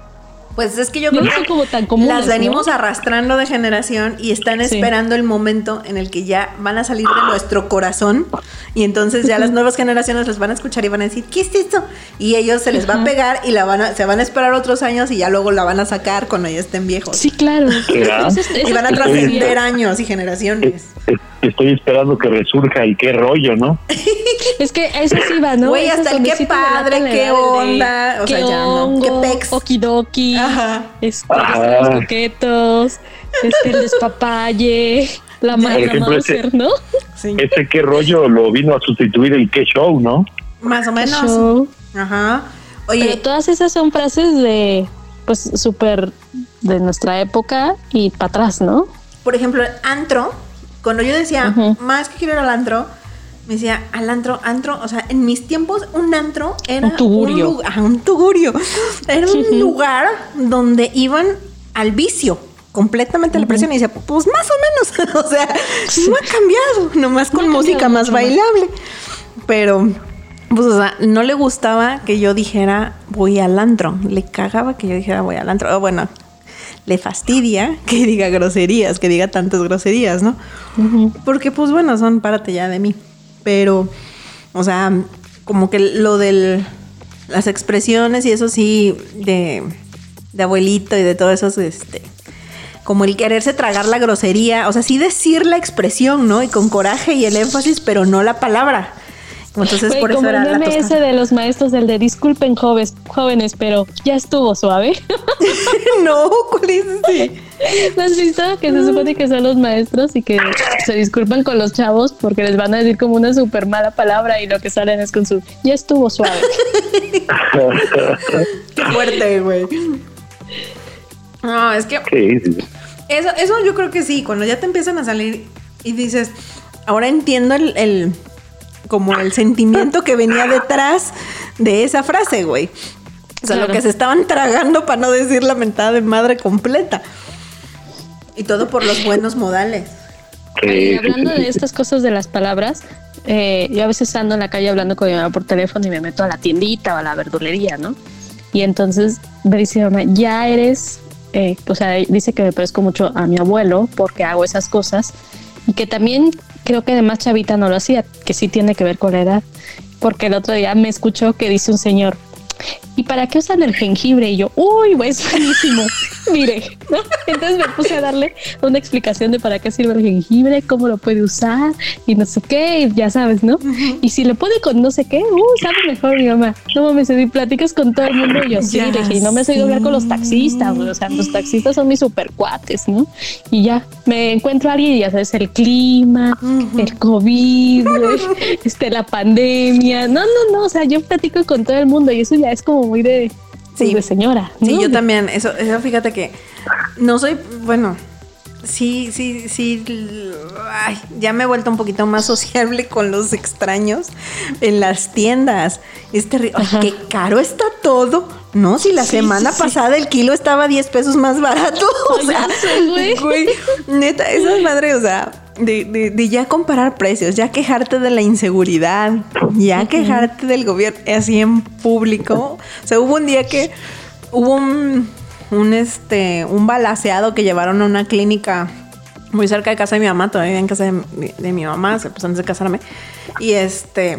Pues es que yo No creo son que como tan comunes, las venimos ¿no? arrastrando de generación y están Sí. esperando el momento en el que ya van a salir de nuestro corazón, y entonces ya las nuevas generaciones las van a escuchar y van a decir, ¿qué es esto? Y ellos se les va a pegar y la van a, se van a esperar otros años y ya luego la van a sacar cuando ya estén viejos. Sí, claro. ¿Será? Esas- Y esas van a que trascender decían- años y generaciones. Eh, Estoy esperando que resurja el qué rollo, ¿no? Es que eso sí va, ¿no? Güey, Esas hasta el donde qué sí te delatan padre, la qué edad, el de onda, o sea, ya no, hongo, qué pex. Okidoki, Ajá. este, Ajá. los coquetos, este, el despapalle, la ma- Por la ejemplo, Mauser, ese- ¿no? Sí. Ese qué rollo lo vino a sustituir el qué show, ¿no? Más o menos. Show. Ajá. Pero Oye, todas esas son frases de, pues, súper de nuestra época y para atrás, ¿no? por ejemplo, el antro, cuando yo decía, Ujú. más que quiero ir al antro, me decía, al antro, antro, o sea, en mis tiempos un antro era Un tugurio. lugar, ajá, un tugurio. Era un lugar donde iban al vicio, completamente a la presión, y decía, pues más o menos, o sea, no ha cambiado, nomás con No ha música cambiado más mucho, ¿no? bailable. Pero, pues, o sea, no le gustaba que yo dijera voy al antro, le cagaba que yo dijera voy al antro, o bueno, le fastidia que diga groserías, que diga tantas groserías, ¿no? Porque, pues bueno, son párate ya de mí. Pero, o sea, como que lo de las expresiones y eso sí, de, de abuelito y de todo eso, este, como el quererse tragar la grosería, o sea, sí decir la expresión, ¿no? Y con coraje y el énfasis, pero no la palabra. Entonces, Güey, por eso como era el la meme ese de los maestros, el de disculpen jóvenes, jóvenes, pero ya estuvo suave. No, ¿cuál es ese? ¿No has visto? Que se supone que son los maestros y que se disculpan con los chavos porque les van a decir como una súper mala palabra y lo que salen es con su ya estuvo suave. Qué fuerte, güey. No, es que Sí, sí. eso, eso yo creo que sí, cuando ya te empiezan a salir y dices, ahora entiendo el, el como el sentimiento que venía detrás de esa frase, güey. O sea, Claro. lo que se estaban tragando para no decir la mentada de madre completa. Y todo por los buenos modales. Sí, Y sí, hablando sí, de sí. estas cosas de las palabras, eh, yo a veces ando en la calle hablando con mi mamá por teléfono y me meto a la tiendita o a la verdulería, ¿no? Y entonces me dice mi mamá, ya eres, eh, o sea, dice que me parezco mucho a mi abuelo porque hago esas cosas y que también creo que de más chavita no lo hacía, que sí tiene que ver con la edad, porque el otro día me escuchó que dice un señor, ¿y para qué usan el jengibre? Y yo, uy, güey, es buenísimo. Mire, ¿no? Entonces me puse a darle una explicación de para qué sirve el jengibre, cómo lo puede usar y no sé qué, y ya sabes, ¿no? Y si le pone con no sé qué, uh, sabe mejor mi mamá. No mames, y platicas con todo el mundo y yo, sí, Ya le dije, y no me has oído sí. hablar con los taxistas, güey. O sea, los taxistas son mis super cuates, ¿no? Y ya, me encuentro a alguien y ya sabes, el clima, Ujú. el COVID, güey, este, la pandemia. No, no, no, o sea, yo platico con todo el mundo y eso ya es como muy de, Sí. de señora. Sí, ¿no? yo también. Eso, eso fíjate que no soy, bueno, sí, sí, sí. l- Ay, ya me he vuelto un poquito más sociable con los extraños en las tiendas. Es terrible. Ay, Ajá. qué caro está todo. No, si la Sí, semana sí, sí. pasada el kilo estaba diez pesos más barato. O Ay, sea, ya sé, güey. güey, neta, esa madre, o sea, de, de, de ya comparar precios, ya quejarte de la inseguridad, ya quejarte del gobierno, así en público. O sea, hubo un día que hubo un, un, este, un balaceado que llevaron a una clínica muy cerca de casa de mi mamá, todavía en casa de, mi- de mi mamá, pues antes de casarme. Y este,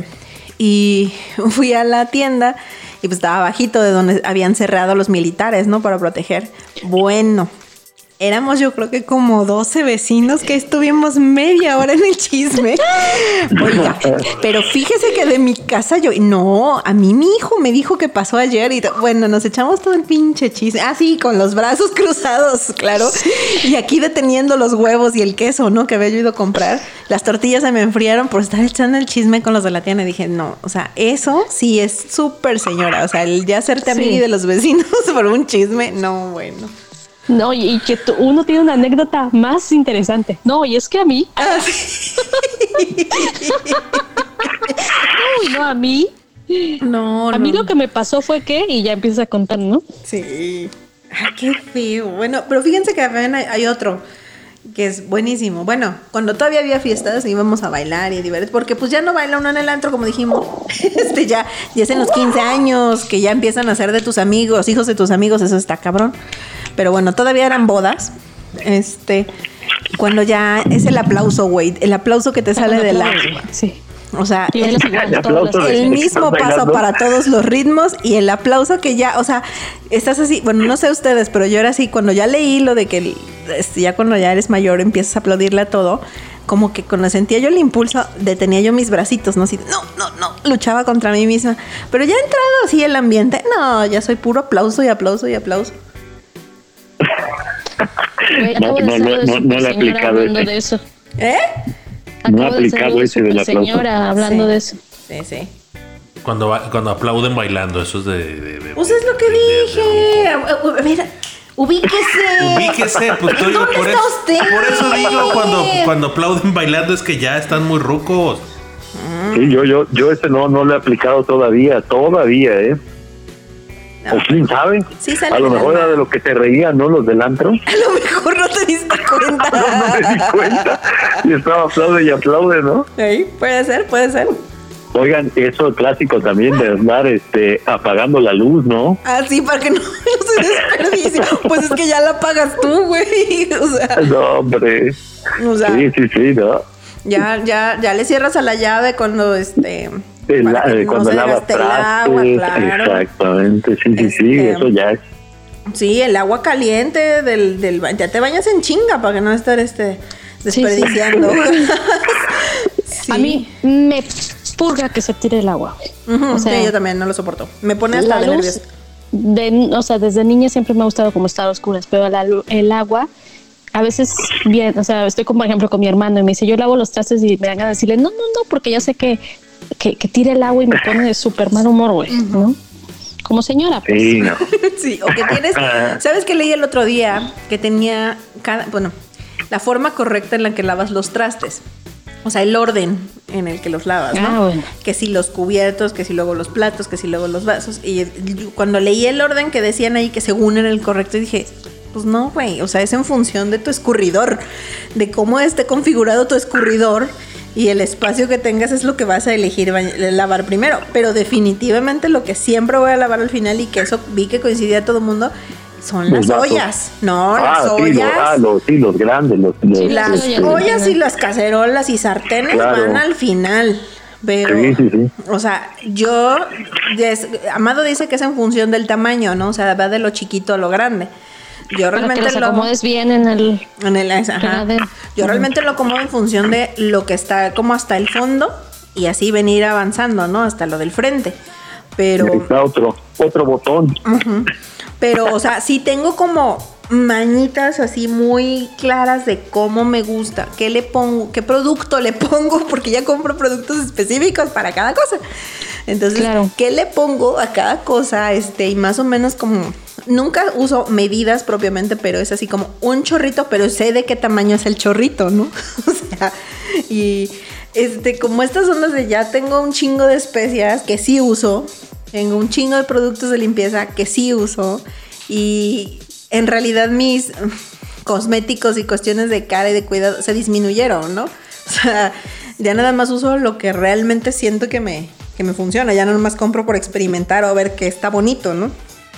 y fui a la tienda y pues estaba bajito de donde habían cerrado los militares, ¿no? Para proteger. Bueno, éramos yo creo que como doce vecinos que estuvimos media hora en el chisme. Oiga, pero fíjese que de mi casa yo... No, a mí mi hijo me dijo que pasó ayer y to- bueno, nos echamos todo el pinche chisme. Ah, sí, con los brazos cruzados, claro. Y aquí deteniendo los huevos y el queso, ¿no? Que había yo ido a comprar. Las tortillas se me enfriaron por estar echando el chisme con los de la tienda. Y dije, no, o sea, eso sí es súper señora. O sea, el ya hacerte Sí. amiga de los vecinos por un chisme, no, bueno. No, y, y que tú- uno tiene una anécdota más interesante. No, y es que a mí, Ah, sí. uy, no, a mí, No, a mí lo que me pasó fue que, y ya empiezas a contar, ¿no? Sí. Ay, qué feo. Bueno, pero fíjense que también hay, hay otro que es buenísimo. Bueno, cuando todavía había fiestas íbamos a bailar y divertir, porque pues ya no baila uno en el antro, como dijimos. Este ya, ya es en los quince años, que ya empiezan a ser de tus amigos, hijos de tus amigos, eso está cabrón. Pero bueno, todavía eran bodas. Este, cuando ya es el aplauso, güey, el aplauso que te sale de la... Sí. O sea, Y bailas igual, El todas aplauso las- de- el mismo ¿Estás paso bailando? para todos los ritmos y el aplauso que ya, o sea, estás así, bueno, no sé ustedes, pero yo era así, cuando ya leí lo de que el- este, ya cuando ya eres mayor empiezas a aplaudirle a todo, como que cuando sentía yo el impulso, detenía yo mis bracitos, ¿no? Así, no, no, no, luchaba contra mí misma. Pero ya entrado así el ambiente, no, ya soy puro aplauso y aplauso y aplauso. Güey, No, acabo de no, ser no, de no, no super le he señora aplicado hablando ese. de eso. ¿Eh? No he Acabo de ser aplicado de ese del super aplauso. señora hablando Sí. de eso. Sí, sí. Cuando, ba- cuando aplauden bailando, eso es de... de- de- Pues es lo que de- de- dije. A- a- a ver, ubíquese. Ubíquese, pues tú digo, ¿Dónde por está eso, usted? por eso digo, cuando, cuando aplauden bailando es que ya están muy rucos. Sí, yo, yo, yo ese no, no lo he aplicado todavía, todavía, ¿eh? No. O quién sabe. Sí sale A lo del mejor alma. era de lo que te reían, ¿no? Los del antro. A lo mejor no te diste cuenta. No me di cuenta. Y estaba aplaude y aplaude, ¿no? Sí, puede ser, puede ser. Oigan, eso es clásico también de andar este, apagando la luz, ¿no? Ah, sí, para que no, no se desperdicie. Pues es que ya la pagas tú, güey. O sea, No, hombre. o sea Sí, sí, sí, ¿no? ya, ya, ya le cierras a la llave cuando este. El, para que eh, no cuando se lava gaste el agua, trastes, claro. exactamente, sí, sí, sí, Este, eso ya es. Sí, el agua caliente del, del ba- ya te bañas en chinga para que no estar este desperdiciando. Sí. A mí me purga que se tire el agua. Ujú, o sea, sí, yo también no lo soporto. Me pone hasta la de luz, nervios. de, o sea, desde niña siempre me ha gustado como estar a oscuras, pero la lu- el agua, a veces bien, o sea, estoy como por ejemplo con mi hermano y me dice, yo lavo los trastes y me dan ganas de decirle, no, no, no, porque yo sé que, que, que tire el agua y me pone de súper mal humor, güey, ¿no? Como señora, pues. Sí, no. Sí, o que tienes, ¿sabes qué leí el otro día? Que tenía cada, bueno, la forma correcta en la que lavas los trastes. O sea, el orden en el que los lavas, ¿no? Ah, bueno. Que si los cubiertos, que si luego los platos, que si luego los vasos. Y cuando leí el orden que decían ahí que según era el correcto, dije, pues no, güey. O sea, es en función de tu escurridor, de cómo esté configurado tu escurridor y el espacio que tengas es lo que vas a elegir ba- lavar primero. Pero definitivamente lo que siempre voy a lavar al final y que eso vi que coincidía a todo el mundo son Los las vasos. ollas. No, Ah, las sí, los, ollas. ah, los, sí, los grandes, los, los- Sí, Las ollas, ollas y las cacerolas y sartenes Claro. van al final. Pero, Sí, sí, sí. o sea, yo, des- Amado dice que es en función del tamaño, ¿no? O sea, va de lo chiquito a lo grande. Yo Para que realmente los lo... acomodes bien en el... En el, ajá. Fregadero. Yo Ujú. realmente lo acomodo en función de lo que está como hasta el fondo y así venir avanzando, ¿no? Hasta lo del frente. Pero... Ahí está otro, otro botón. Ujú. Pero, o sea, sí tengo como mañitas así muy claras de cómo me gusta, qué le pongo, qué producto le pongo, porque ya compro productos específicos para cada cosa. Entonces, Claro. ¿qué le pongo a cada cosa? Este, y más o menos como, nunca uso medidas propiamente, pero es así como un chorrito, pero sé de qué tamaño es el chorrito, ¿no? O sea, y este, como estas ondas de ya tengo un chingo de especias que sí uso, tengo un chingo de productos de limpieza que sí uso y en realidad mis cosméticos y cuestiones de cara y de cuidado se disminuyeron, ¿no? O sea, ya nada más uso lo que realmente siento que me, que me funciona, ya nada más compro por experimentar o ver que está bonito, ¿no?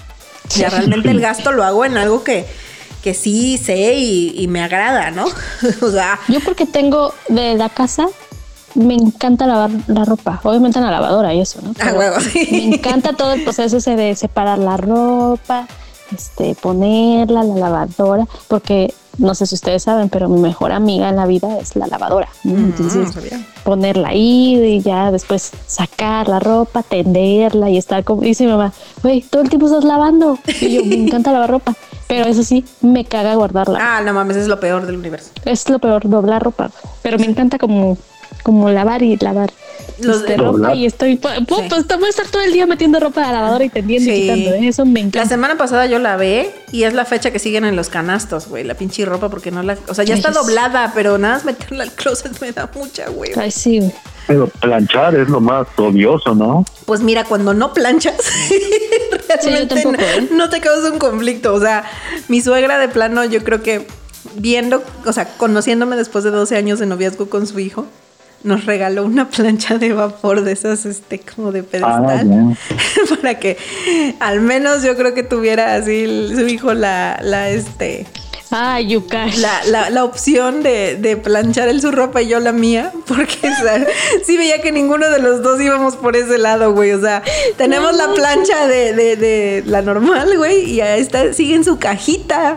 Ya realmente el gasto lo hago en algo que, que sí sé y, y me agrada, ¿no? O sea, Yo porque tengo de la casa, me encanta lavar la ropa, obviamente en la lavadora y eso, ¿no? a Pero huevo, sí. me encanta todo el proceso ese de separar la ropa, este, ponerla, la lavadora, porque no sé si ustedes saben, pero mi mejor amiga en la vida es la lavadora, ¿no? Mm, Entonces, no sabía. ponerla ahí y ya después sacar la ropa, tenderla y estar como, dice mi mamá, güey, todo el tiempo estás lavando. Y yo, me encanta lavar ropa, pero eso sí, me caga guardarla. Ah, no mames, es lo peor del universo. Es lo peor, doblar ropa, pero me encanta como, como lavar y lavar. Los este, de- ropa Doblar. y estoy, pues, Sí. pues te voy a estar todo el día metiendo ropa a la lavadora y tendiendo Sí. y quitando, ¿eh? Eso me La encanta. semana pasada yo la ve y es la fecha que siguen en los canastos, güey, la pinche ropa porque no la, o sea, ya Ay, está sí. doblada, pero nada más meterla al closet me da mucha, güey. Ay, sí, güey. Pero planchar es lo más odioso, ¿no? Pues mira, cuando no planchas, realmente tampoco, no, ¿eh? no te causa un conflicto. O sea, mi suegra de plano, yo creo que viendo, o sea, conociéndome después de doce años de noviazgo con su hijo, nos regaló una plancha de vapor de esas, este, como de pedestal, Ah, ya. para que al menos yo creo que tuviera así el- su hijo la, la, este, Ay, yuca. la, la, la opción de, de planchar él su ropa y yo la mía, porque o sea, sí veía que ninguno de los dos íbamos por ese lado, güey. O sea, tenemos la plancha de, de, de la normal, güey, y ahí está, sigue en su cajita.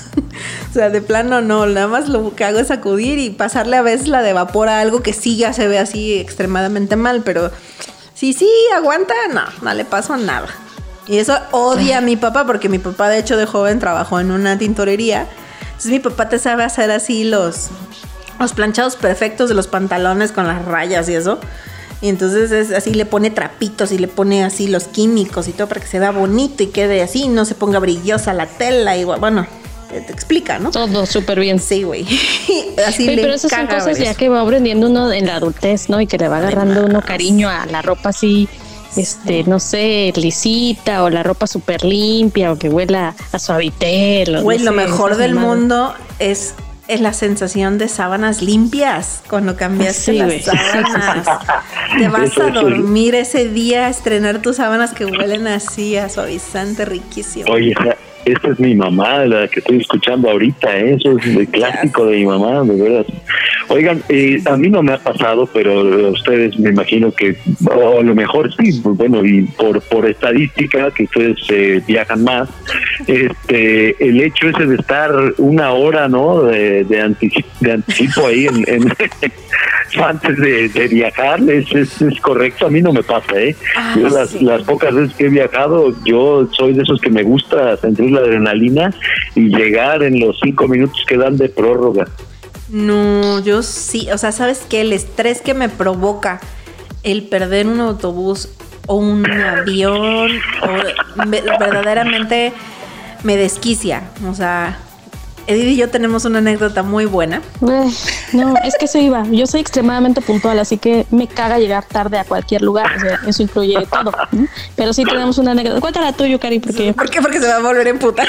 O sea, de plano no, nada más lo que hago es sacudir y pasarle a veces la de vapor a algo que sí ya se ve así extremadamente mal, pero sí, sí, aguanta, no, no le paso nada. Y eso odia a mi papá, porque mi papá de hecho de joven trabajó en una tintorería. Entonces mi papá te sabe hacer así los, los planchados perfectos de los pantalones con las rayas y eso. Y entonces es así, le pone trapitos y le pone así los químicos y todo para que se vea bonito y quede así, no se ponga brillosa la tela y bueno, te, te explica, ¿no? Todo súper bien. Sí, güey. Así Oye, le pero esas son caga cosas ver ya eso. que va aprendiendo uno en la adultez, ¿no? Y que le va agarrando uno cariño a la ropa así, este, no sé, lisita o la ropa súper limpia o que huela a suavitel. o Güey, no lo sé, mejor esas del mamadas. mundo es, es la sensación de sábanas limpias cuando cambiaste Sí, las güey. sábanas. Te vas Eso, a eso. dormir ese día a estrenar tus sábanas que huelen así a suavizante, riquísimo. Oye, esta es mi mamá, la que estoy escuchando ahorita, ¿eh? Eso es el clásico de mi mamá, de verdad. Oigan, eh, a mí no me ha pasado, pero a ustedes me imagino que, o a lo mejor sí, pues bueno, y por por estadística, que ustedes eh, viajan más, este el hecho ese de estar una hora, ¿no? De, de, anticipo, de anticipo ahí en, en antes de, de viajar, es, es, es correcto, a mí no me pasa, ¿eh? Ah, yo las, sí. las pocas veces que he viajado, yo soy de esos que me gusta sentir la adrenalina y llegar en los cinco minutos que dan de prórroga. No, yo sí, o sea, ¿sabes qué? El estrés que me provoca el perder un autobús o un avión o verdaderamente me desquicia. O sea, Edith y yo tenemos una anécdota muy buena. No, es que eso iba. Yo soy extremadamente puntual, así que me caga llegar tarde a cualquier lugar. O sea, eso incluye todo, ¿no? Pero sí tenemos una anécdota. Cuéntala tuyo, Cari, porque... ¿Por qué? Porque se va a volver a emputar.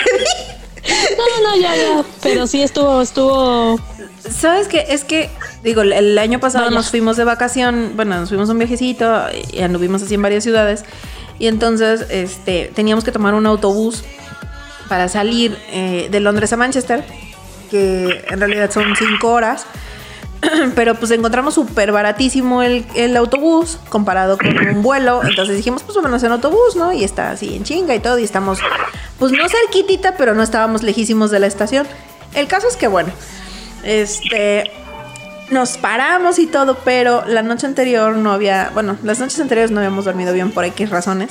No, no, ya, ya. Pero sí estuvo, estuvo... ¿Sabes qué? Es que, digo, el año pasado no, nos fuimos de vacación, bueno, nos fuimos un viajecito y anduvimos así en varias ciudades. Y entonces, este, teníamos que tomar un autobús para salir eh, de Londres a Manchester, que en realidad son cinco horas. Pero pues encontramos súper baratísimo el, el autobús comparado con un vuelo. Entonces dijimos, pues vámonos en autobús, ¿no? Y está así en chinga y todo. Y estamos, pues no cerquitita, pero no estábamos lejísimos de la estación. El caso es que, bueno, este... nos paramos y todo, pero la noche anterior no había... Bueno, las noches anteriores no habíamos dormido bien por X razones.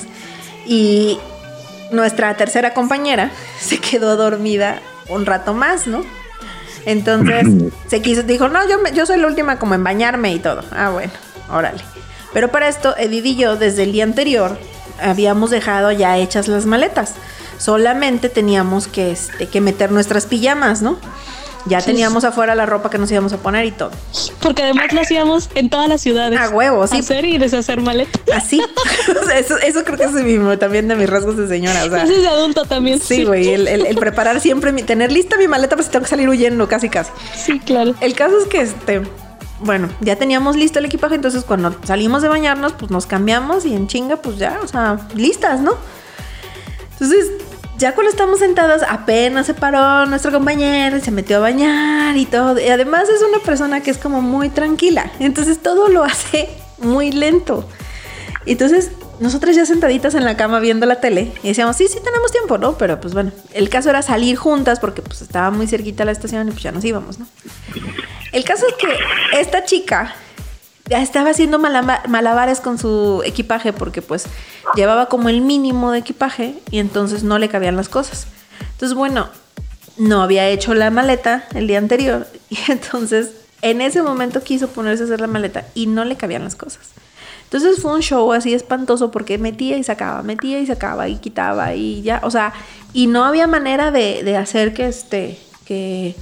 Y nuestra tercera compañera se quedó dormida un rato más, ¿no? Entonces se quiso, dijo, no, yo, me, yo soy la última como en bañarme y todo. Ah, bueno, órale. Pero para esto, Edith y yo, desde el día anterior, habíamos dejado ya hechas las maletas. Solamente teníamos que, este, que meter nuestras pijamas, ¿no? Ya sí. Teníamos afuera la ropa que nos íbamos a poner y todo. Porque además lo hacíamos en todas las ciudades. A huevo, sí. Hacer y deshacer maletas. Así. O sea, eso, eso creo que es mi, también de mis rasgos de señora. O sea, eso es de adulto también. Sí, güey. El, el, el preparar siempre, mi, tener lista mi maleta para si tengo que salir huyendo, casi, casi. Sí, claro. El caso es que, este, bueno, ya teníamos listo el equipaje. Entonces, cuando salimos de bañarnos, pues nos cambiamos y en chinga, pues ya, o sea, listas, ¿no? Entonces... ya cuando estamos sentadas, apenas se paró nuestro compañero y se metió a bañar y todo. Y además es una persona que es como muy tranquila. Entonces todo lo hace muy lento. Entonces nosotras ya sentaditas en la cama viendo la tele y decíamos, sí, sí tenemos tiempo, ¿no? Pero pues bueno, el caso era salir juntas porque pues estaba muy cerquita la estación y pues ya nos íbamos, ¿no? El caso es que esta chica... ya estaba haciendo malabares con su equipaje porque pues llevaba como el mínimo de equipaje y entonces no le cabían las cosas. Entonces, bueno, no había hecho la maleta el día anterior y entonces en ese momento quiso ponerse a hacer la maleta y no le cabían las cosas. Entonces fue un show así espantoso porque metía y sacaba, metía y sacaba y quitaba y ya, o sea, y no había manera de, de hacer que este, que...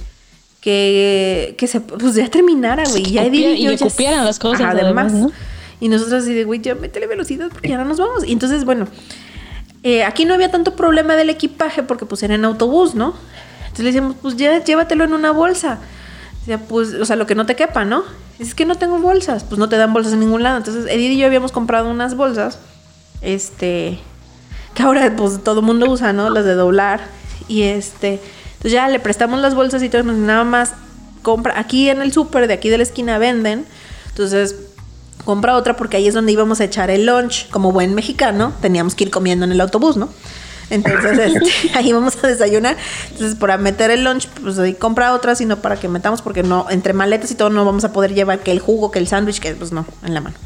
que, que se, pues ya terminara, güey. Ya Copia, y le copiaran las cosas. Ajá, además, ¿no? Y nosotros así de, güey, ya métele velocidad porque ya no nos vamos. Y entonces, bueno, eh, aquí no había tanto problema del equipaje porque pues era en autobús, ¿no? Entonces le decíamos, pues ya llévatelo en una bolsa. O sea, pues, o sea, lo que no te quepa, ¿no? Es que no tengo bolsas. Pues no te dan bolsas en ningún lado. Entonces Edith y yo habíamos comprado unas bolsas, este, que ahora pues todo el mundo usa, ¿no? Las de doblar. Y este... entonces ya le prestamos las bolsas y todo, nada más compra, aquí en el súper de aquí de la esquina venden, entonces compra otra porque ahí es donde íbamos a echar el lunch, como buen mexicano, teníamos que ir comiendo en el autobús, ¿no? Entonces este, ahí vamos a desayunar, entonces para meter el lunch, pues ahí compra otra, sino para que metamos, porque no, entre maletas y todo no vamos a poder llevar que el jugo, que el sándwich, que pues no, en la mano.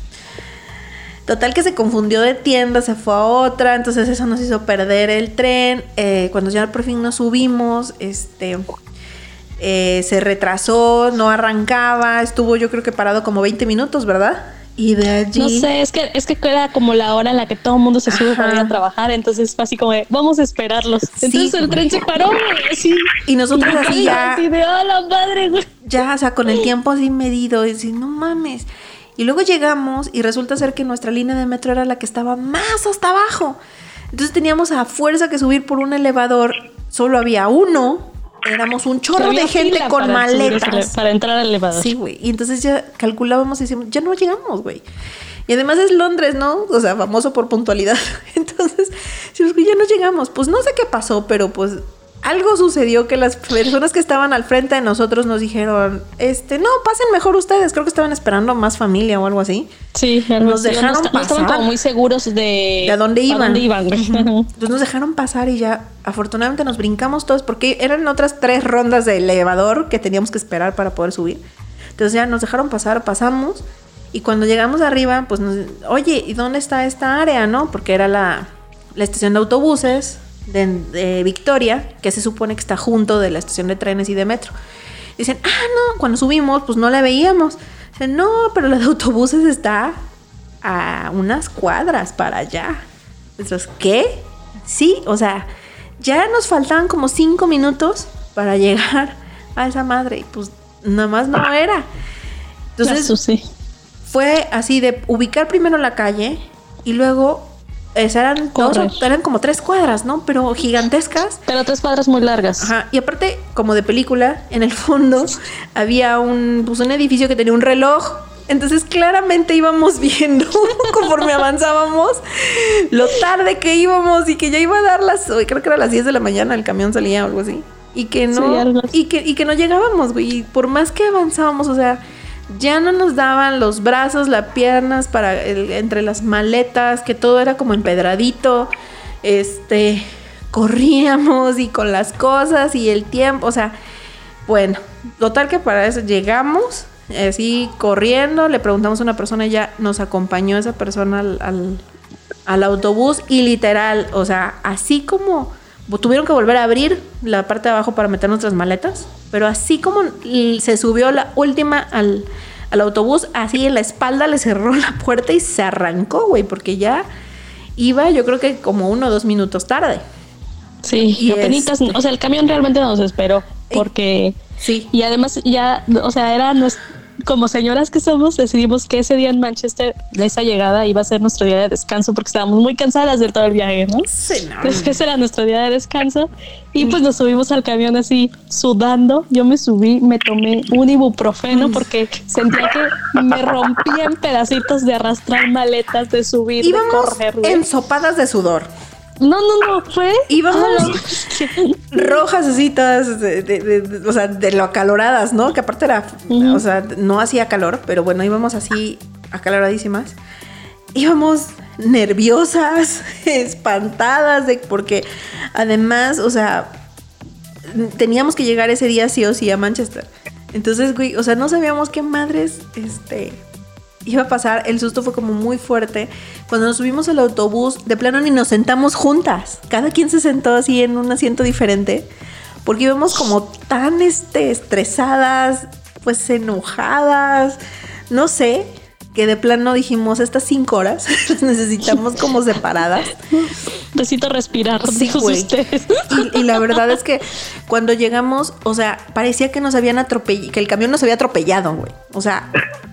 Total que se confundió de tienda, se fue a otra, entonces eso nos hizo perder el tren. Eh, cuando ya por fin nos subimos, este, eh, se retrasó, no arrancaba, estuvo yo creo que parado como veinte minutos, ¿verdad? Y de allí... no sé, es que, es que era como la hora en la que todo el mundo se sube para ir a trabajar, entonces fue así como de, vamos a esperarlos. Entonces sí. El tren se paró, así. Y nosotros y así ya... así de, ¡oh, la madre, güey! Ya, o sea, con el tiempo así medido, y así, no mames... Y luego llegamos y resulta ser que nuestra línea de metro era la que estaba más hasta abajo. Entonces teníamos a fuerza que subir por un elevador. Solo había uno. Éramos un chorro de gente con para maletas. Para entrar al elevador. Sí, güey. Y entonces ya calculábamos y decíamos, ya no llegamos, güey. Y además es Londres, ¿no? O sea, famoso por puntualidad. Entonces Decimos que ya no llegamos. Pues no sé qué pasó, pero pues algo sucedió que las personas que estaban al frente de nosotros nos dijeron, este, no, pasen mejor ustedes. Creo que estaban esperando más familia o algo así. Sí, nos dejaron no, pasar. No estaban como muy seguros de, de a dónde iban. A dónde iban. Entonces nos dejaron pasar y ya, afortunadamente nos brincamos todos porque eran otras tres rondas de elevador que teníamos que esperar para poder subir. Entonces ya nos dejaron pasar, pasamos y cuando llegamos arriba, pues nos, oye, ¿y dónde está esta área, no? Porque era la, la estación de autobuses de, de Victoria, que se supone que está junto de la estación de trenes y de metro. Dicen, ah, no, cuando subimos, pues no la veíamos. Dicen, no, pero la de autobuses está a unas cuadras para allá. Entonces, ¿qué? Sí, o sea, ya nos faltaban como cinco minutos para llegar a esa madre. Y pues nada más no era. Entonces, Eso sí. fue así de ubicar primero la calle y luego eran, dos, eran como tres cuadras, ¿no? Pero gigantescas. Pero tres cuadras muy largas. Ajá. Y aparte, como de película, en el fondo había un, pues un edificio que tenía un reloj. Entonces claramente íbamos viendo conforme avanzábamos lo tarde que íbamos y que ya iba a dar las, creo que era las diez de la mañana, el camión salía o algo así. Y que no, sí, y que, y que no llegábamos, güey. Y por más que avanzábamos, o sea, ya no nos daban los brazos, las piernas para el, entre las maletas, que todo era como empedradito. Este, corríamos y con las cosas y el tiempo, o sea, bueno, total que para eso llegamos, así corriendo, le preguntamos a una persona y ya nos acompañó esa persona al, al, al autobús y literal, o sea, así como tuvieron que volver a abrir la parte de abajo para meter nuestras maletas, pero así como se subió la última al, al autobús, así en la espalda le cerró la puerta y se arrancó, güey, porque ya iba, yo creo que como uno o dos minutos tarde. Sí, y apenitas, este... o sea, el camión realmente nos esperó, porque... Sí. Y además ya, o sea, era nuestro, como señoras que somos, decidimos que ese día en Manchester, esa llegada iba a ser nuestro día de descanso porque estábamos muy cansadas de todo el viaje, ¿no? Sí, no. Entonces ese era nuestro día de descanso y pues nos subimos al camión así sudando. Yo me subí, me tomé un ibuprofeno porque sentía que me rompía en pedacitos de arrastrar maletas, de subir, íbamos de correr. ¿Ves? Ensopadas de sudor. No, no, no, fue. Íbamos oh, rojas así todas, de, de, de, o sea, de lo acaloradas, ¿no? Que aparte era, uh-huh. o sea, no hacía calor, pero bueno, íbamos así acaloradísimas. Íbamos nerviosas, espantadas, de, porque además, o sea, teníamos que llegar ese día sí o sí a Manchester. Entonces, güey, o sea, no sabíamos qué madres, este... iba a pasar, el susto fue como muy fuerte. Cuando nos subimos al autobús, de plano ni nos sentamos juntas. Cada quien se sentó así en un asiento diferente, porque íbamos como tan este, estresadas, pues enojadas, no sé, que de plano dijimos, estas cinco horas las necesitamos como separadas. Necesito respirar, sí, güey. Y, y la verdad es que cuando llegamos, o sea, parecía que nos habían atropellado, que el camión nos había atropellado, güey. O sea...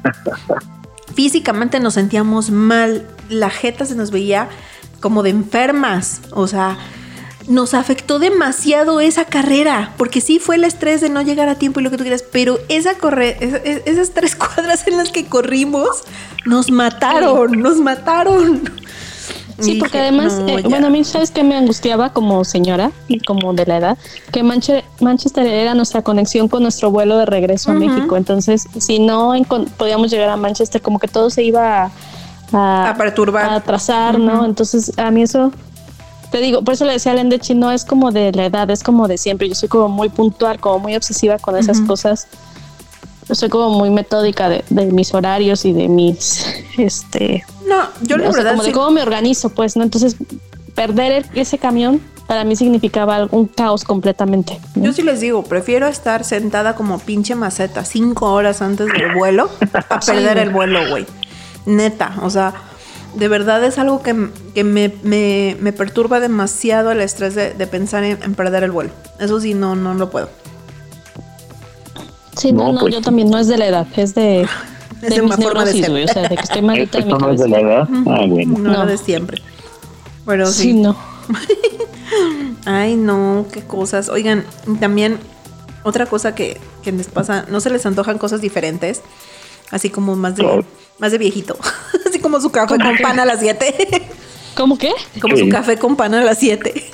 físicamente nos sentíamos mal, la jeta se nos veía como de enfermas, o sea, nos afectó demasiado esa carrera, porque sí fue el estrés de no llegar a tiempo y lo que tú quieras, pero esa corre, esa, esas tres cuadras en las que corrimos nos mataron, sí. nos mataron. Sí, porque dije, además, no, eh, bueno, a mí, ¿sabes qué me angustiaba como señora y como de la edad? Que Manche- Manchester era nuestra conexión con nuestro vuelo de regreso uh-huh. a México. Entonces, si no encon- podíamos llegar a Manchester, como que todo se iba a, a, a perturbar, a atrasar, uh-huh. ¿no? Entonces, a mí eso, te digo, por eso le decía a Lendechi, no es como de la edad, es como de siempre. Yo soy como muy puntual, como muy obsesiva con esas uh-huh. cosas. Yo soy como muy metódica de, de mis horarios y de mis, este... No, yo la o sea, verdad como sí. de cómo me organizo, pues, ¿no? Entonces, perder el, ese camión para mí significaba un caos completamente, ¿no? Yo sí les digo, prefiero estar sentada como pinche maceta cinco horas antes del vuelo a perder sí, el vuelo, güey. Neta, o sea, de verdad es algo que, que me, me, me perturba demasiado el estrés de, de pensar en, en perder el vuelo. Eso sí, no, no lo puedo. Sí, no, no, pues, yo también, no es de la edad, es de, es de de mis neurosis, güey, o sea, de que estoy malita de mi ¿Esto no es cabeza. de la edad? Uh-huh. Ah, bueno. No, no. de siempre. Pero sí. Sí, no. Ay, no, qué cosas. Oigan, también otra cosa que, que les pasa, ¿no se les antojan cosas diferentes? Así como más de, oh. más de viejito. Así como su café con pan a las siete. ¿Cómo qué? Como Sí. su café con pan a las siete.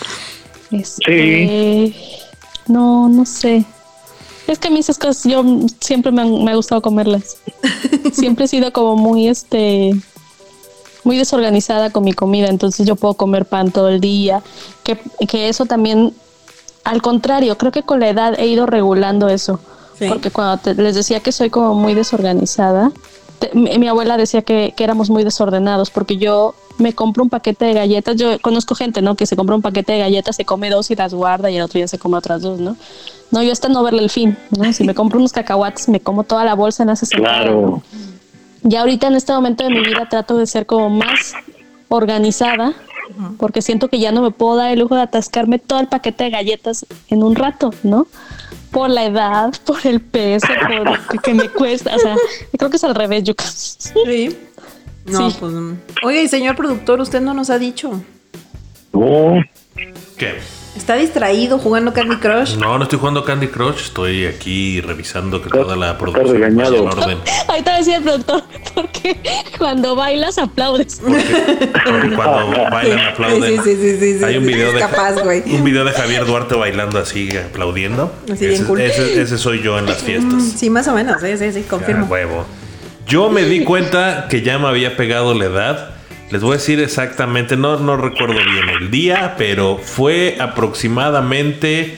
Este, no, no sé. Es que a mí esas cosas yo siempre me, han, me ha gustado comerlas. Siempre he sido como muy este muy desorganizada con mi comida, entonces yo puedo comer pan todo el día, que, que eso también, al contrario, creo que con la edad he ido regulando eso, Sí. porque cuando te- les decía que soy como muy desorganizada, te- mi, mi abuela decía que, que éramos muy desordenados, porque yo me compro un paquete de galletas, yo conozco gente, ¿no? Que se compra un paquete de galletas, se come dos y las guarda y el otro día se come otras dos, ¿no? No, yo hasta no verle el fin, ¿no? Si me compro unos cacahuates, me como toda la bolsa en esa sentada. Claro. Ya ahorita en este momento de mi vida trato de ser como más organizada, porque siento que ya no me puedo dar el lujo de atascarme todo el paquete de galletas en un rato, ¿no? Por la edad, por el peso, por que, que me cuesta, o sea, creo que es al revés, yo. Sí. No, Sí. pues. Oiga, y señor productor, usted no nos ha dicho. No, ¿Qué? ¿Está distraído jugando Candy Crush? No, no estoy jugando Candy Crush. Estoy aquí revisando que toda la Está producción regañado. vaya en orden. Ahorita decía el productor, porque cuando bailas aplaudes. Porque, porque cuando bailan aplauden. Sí, sí, sí, sí, sí, Hay un sí, video es de capaz, güey. un video de Javier Duarte bailando así, aplaudiendo. Así bien ese, cool. ese, ese soy yo en las fiestas. Sí, más o menos, sí, sí, sí, confirmo. Ah, huevo. Yo me di cuenta que ya me había pegado la edad. Les voy a decir exactamente, no, no recuerdo bien el día, pero fue aproximadamente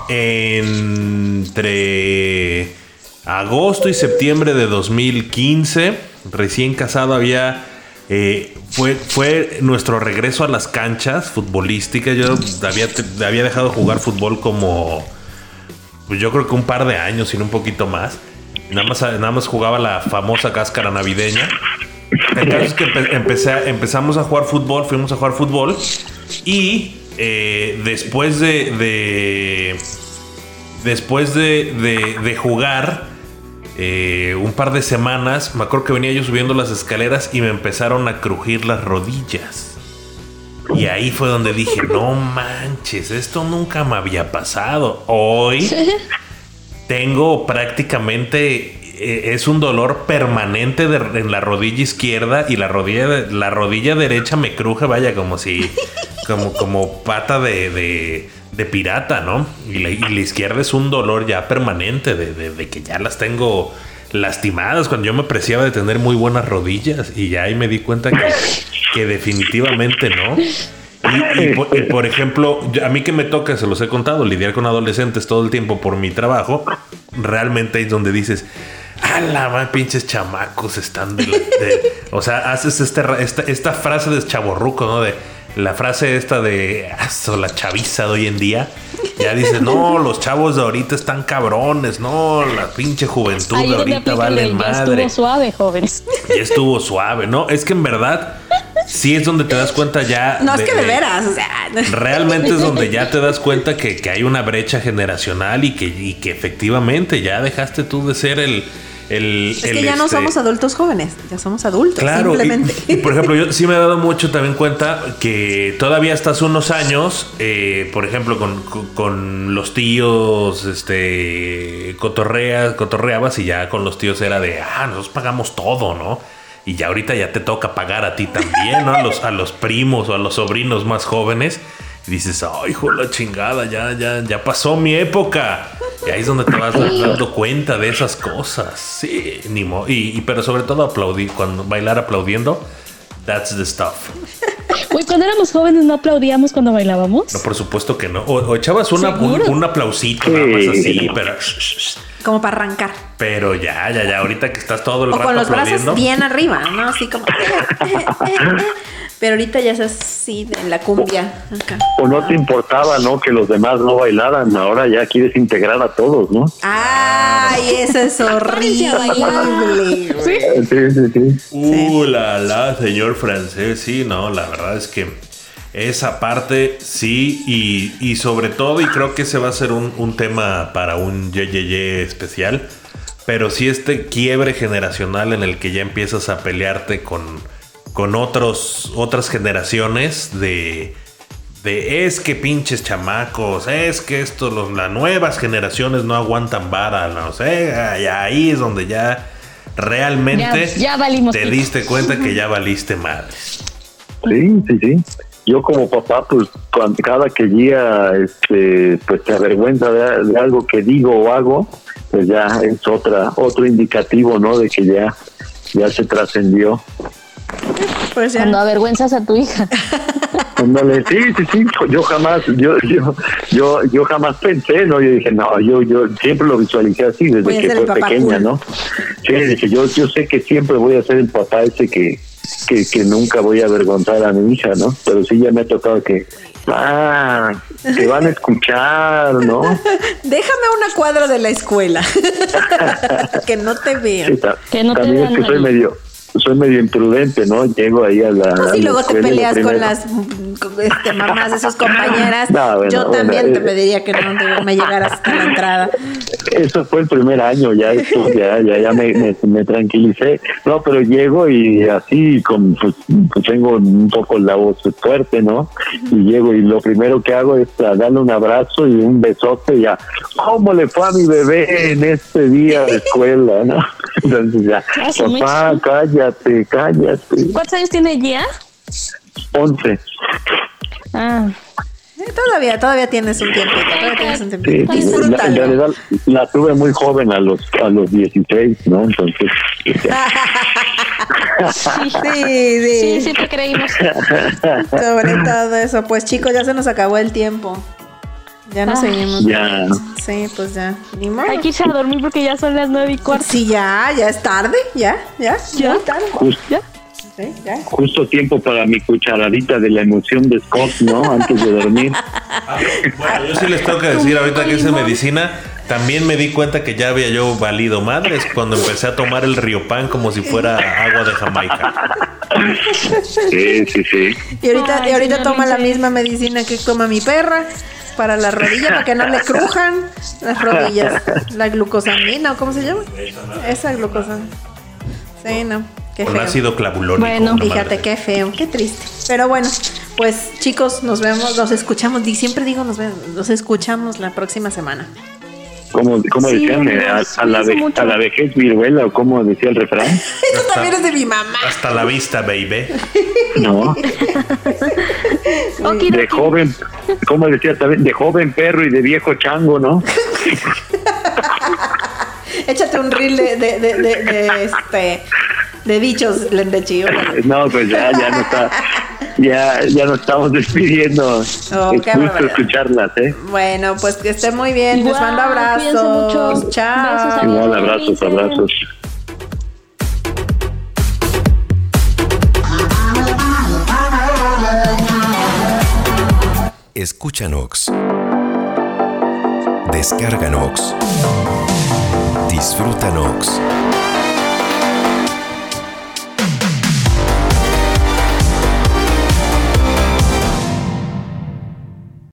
entre agosto y septiembre de dos mil quince. Recién casado había... eh, fue, fue nuestro regreso a las canchas futbolísticas. Yo había, había dejado de jugar fútbol como... Pues yo creo que un par de años, sino un poquito más. Nada más, nada más jugaba la famosa cáscara navideña. El caso es que empe- empecé, empezamos a jugar fútbol, fuimos a jugar fútbol. Y eh, después de, de después de, de, de jugar eh, un par de semanas, me acuerdo que venía yo subiendo las escaleras y me empezaron a crujir las rodillas. Y ahí fue donde dije, no manches, esto nunca me había pasado. Hoy tengo prácticamente, eh, es un dolor permanente de, en la rodilla izquierda, y la rodilla, de- la rodilla derecha me cruje, vaya, como si, como, como pata de, de, de pirata, ¿no? Y la, y la izquierda es un dolor ya permanente de, de, de que ya las tengo lastimadas, cuando yo me preciaba de tener muy buenas rodillas, y ya ahí me di cuenta que, que definitivamente no. Y, y, por, y por ejemplo, yo- a mí que me toca, se los he contado, lidiar con adolescentes todo el tiempo por mi trabajo, realmente es donde dices, a la madre, pinches chamacos están de, la- de-". O sea, haces este, ra- esta, esta frase de chavorruco, ¿no? De la frase esta de "Aso, la chaviza de hoy en día". Ya dices, no, los chavos de ahorita están cabrones, no, la pinche juventud Ahí de donde ahorita aplica el vale de, ya madre. estuvo suave, jóvenes. Ya estuvo suave, ¿no? Es que en verdad sí es donde te das cuenta ya. No, es que de veras, o sea. Realmente es donde ya te das cuenta que, que hay una brecha generacional y que, y que efectivamente ya dejaste tú de ser el... el Es el, que ya no este, somos adultos jóvenes, ya somos adultos, Claro, simplemente. y, y, por ejemplo, yo sí me he dado mucho también cuenta que todavía hasta hace unos años, eh, por ejemplo, con, con, con los tíos, este, cotorrea, cotorreabas, y ya con los tíos era de, ah, nosotros pagamos todo, ¿no? Y ya ahorita ya te toca pagar a ti también, ¿no? A los, a los primos o a los sobrinos más jóvenes. Y dices, ay, hijo de la chingada, ya, ya, ya pasó mi época. Y ahí es donde te vas dando cuenta de esas cosas. Sí, ni mo y, y pero sobre todo aplaudir, cuando bailar aplaudiendo, that's the stuff. Güey, cuando éramos jóvenes no aplaudíamos cuando bailábamos. No, por supuesto que no. O, o echabas una, un, ¿Seguro? un aplausito nada más así, pero, Como para arrancar. pero ya, ya, ya, ahorita que estás todo el O rato con los aplaudiendo. brazos bien arriba, ¿no? Así como. eh, eh, eh, eh. Pero ahorita ya es así, en la cumbia. Acá. o no te importaba, ¿no? Que los demás no bailaran. Ahora ya quieres integrar a todos, ¿no? Ay, eso es horrible. güey. Sí, sí, sí. Uh, la, la, señor francés, sí, no, la verdad es que esa parte sí, y, y sobre todo, y creo que ese va a ser un, un tema para un Ye Ye Ye especial, pero sí este quiebre generacional en el que ya empiezas a pelearte con, con otros, otras generaciones de... De es que pinches chamacos, es que esto, los, las nuevas generaciones no aguantan vara, no sé, y ahí es donde ya realmente Ya- ya valimos te pito. diste cuenta que ya valiste madres. Sí, sí, sí. Yo como papá, pues cuando, cada que día este, pues se avergüenza de, de algo que digo o hago, pues ya es otra otro indicativo, ¿no? De que ya ya se trascendió. Pues ya. Cuando avergüenzas a tu hija. Ándale, sí, sí, sí. Yo jamás, yo, yo, yo, yo jamás pensé, ¿no? Yo dije, no, yo, yo siempre lo visualicé así desde Voy a que ser fue el papá pequeña, cool. ¿no? Sí, dije, yo, yo sé que siempre voy a ser el papá ese que, que, que nunca voy a avergonzar a mi hija, ¿no? Pero sí ya me ha tocado que, ah, te van a escuchar, ¿no? Déjame a una cuadra de la escuela. Que no te Sí, vean. ta- Que no te también es vean que soy ahí. medio, soy medio imprudente, ¿no? Llego ahí a la. Pues a y la luego te escuela y lo peleas con primero- las mm, con, este, mamás de sus compañeras. No, bueno, Yo bueno, también eh, te pediría que no te- me llegaras hasta la entrada. Eso fue el primer año, ya después ya, ya, ya me, me, me tranquilicé. No, pero llego y así, con, pues, pues tengo un poco la voz fuerte, ¿no? Y llego y lo primero que hago es a darle un abrazo y un besote y ya, ¿cómo le fue a mi bebé en este día de escuela, no? Entonces ya, Ah, su papá, mecha. cállate, cállate. ¿Cuántos años tiene ya? once. Ah, Eh, Todavía, todavía tienes un tiempo. Todavía tienes un tiempo. Sí, la, en Disfrútalo. realidad la tuve muy joven a los a los dieciséis, ¿no? Entonces, ya. sí. Sí, Sí, sí. sí te creímos. Sobre todo eso. Pues chicos, ya se nos acabó el tiempo. Ya nos Ah. seguimos. Ya. Sí, pues ya. Ni modo. Hay que irse a dormir porque ya son las nueve y cuarto. Sí, ya, ya es tarde. Ya, ya, ya. Ya. tarde. Justo, ¿Ya? Sí, ya. justo tiempo para mi cucharadita de la emoción de Scott, ¿no? Antes de dormir. Bueno, yo sí les tengo que decir ahorita que hice medicina, también me di cuenta que ya había yo valido madres cuando empecé a tomar el Riopan como si fuera agua de Jamaica. Sí, sí, sí. Y ahorita, Ay, y ahorita señor toma la Lindsay. misma medicina que toma mi perra para la rodilla, para que no le crujan las rodillas. La glucosamina, ¿o cómo se llama? Esa glucosamina. Sí, no. Qué Con feo. ácido clavulónico. Bueno. una Fíjate madre. qué feo, qué triste. Pero bueno, pues chicos, nos vemos, nos escuchamos. Y siempre digo, nos vemos, nos escuchamos la próxima semana. Como, como Sí, decían, eh, a, amigos, a la cuídense ve- mucho. a la vejez viruela, o como decía el refrán. Eso también es de mi mamá. Hasta la vista, baby. No, Okidoki. de joven, como decía también, de joven perro y de viejo chango, ¿no? Échate un reel de, de, de, de, de, este de dichos, Lendechi. órale. No, pues ya, ya no está, ya, ya nos estamos despidiendo. Oh, es qué justo barbaridad. escucharlas, ¿eh? Bueno, pues que esté muy bien. Les Igual, mando cuídense abrazos. mucho. Chao. Besos a Igual, abrazos, abrazos. Escúchanos. Descárganos. Disfrútanos.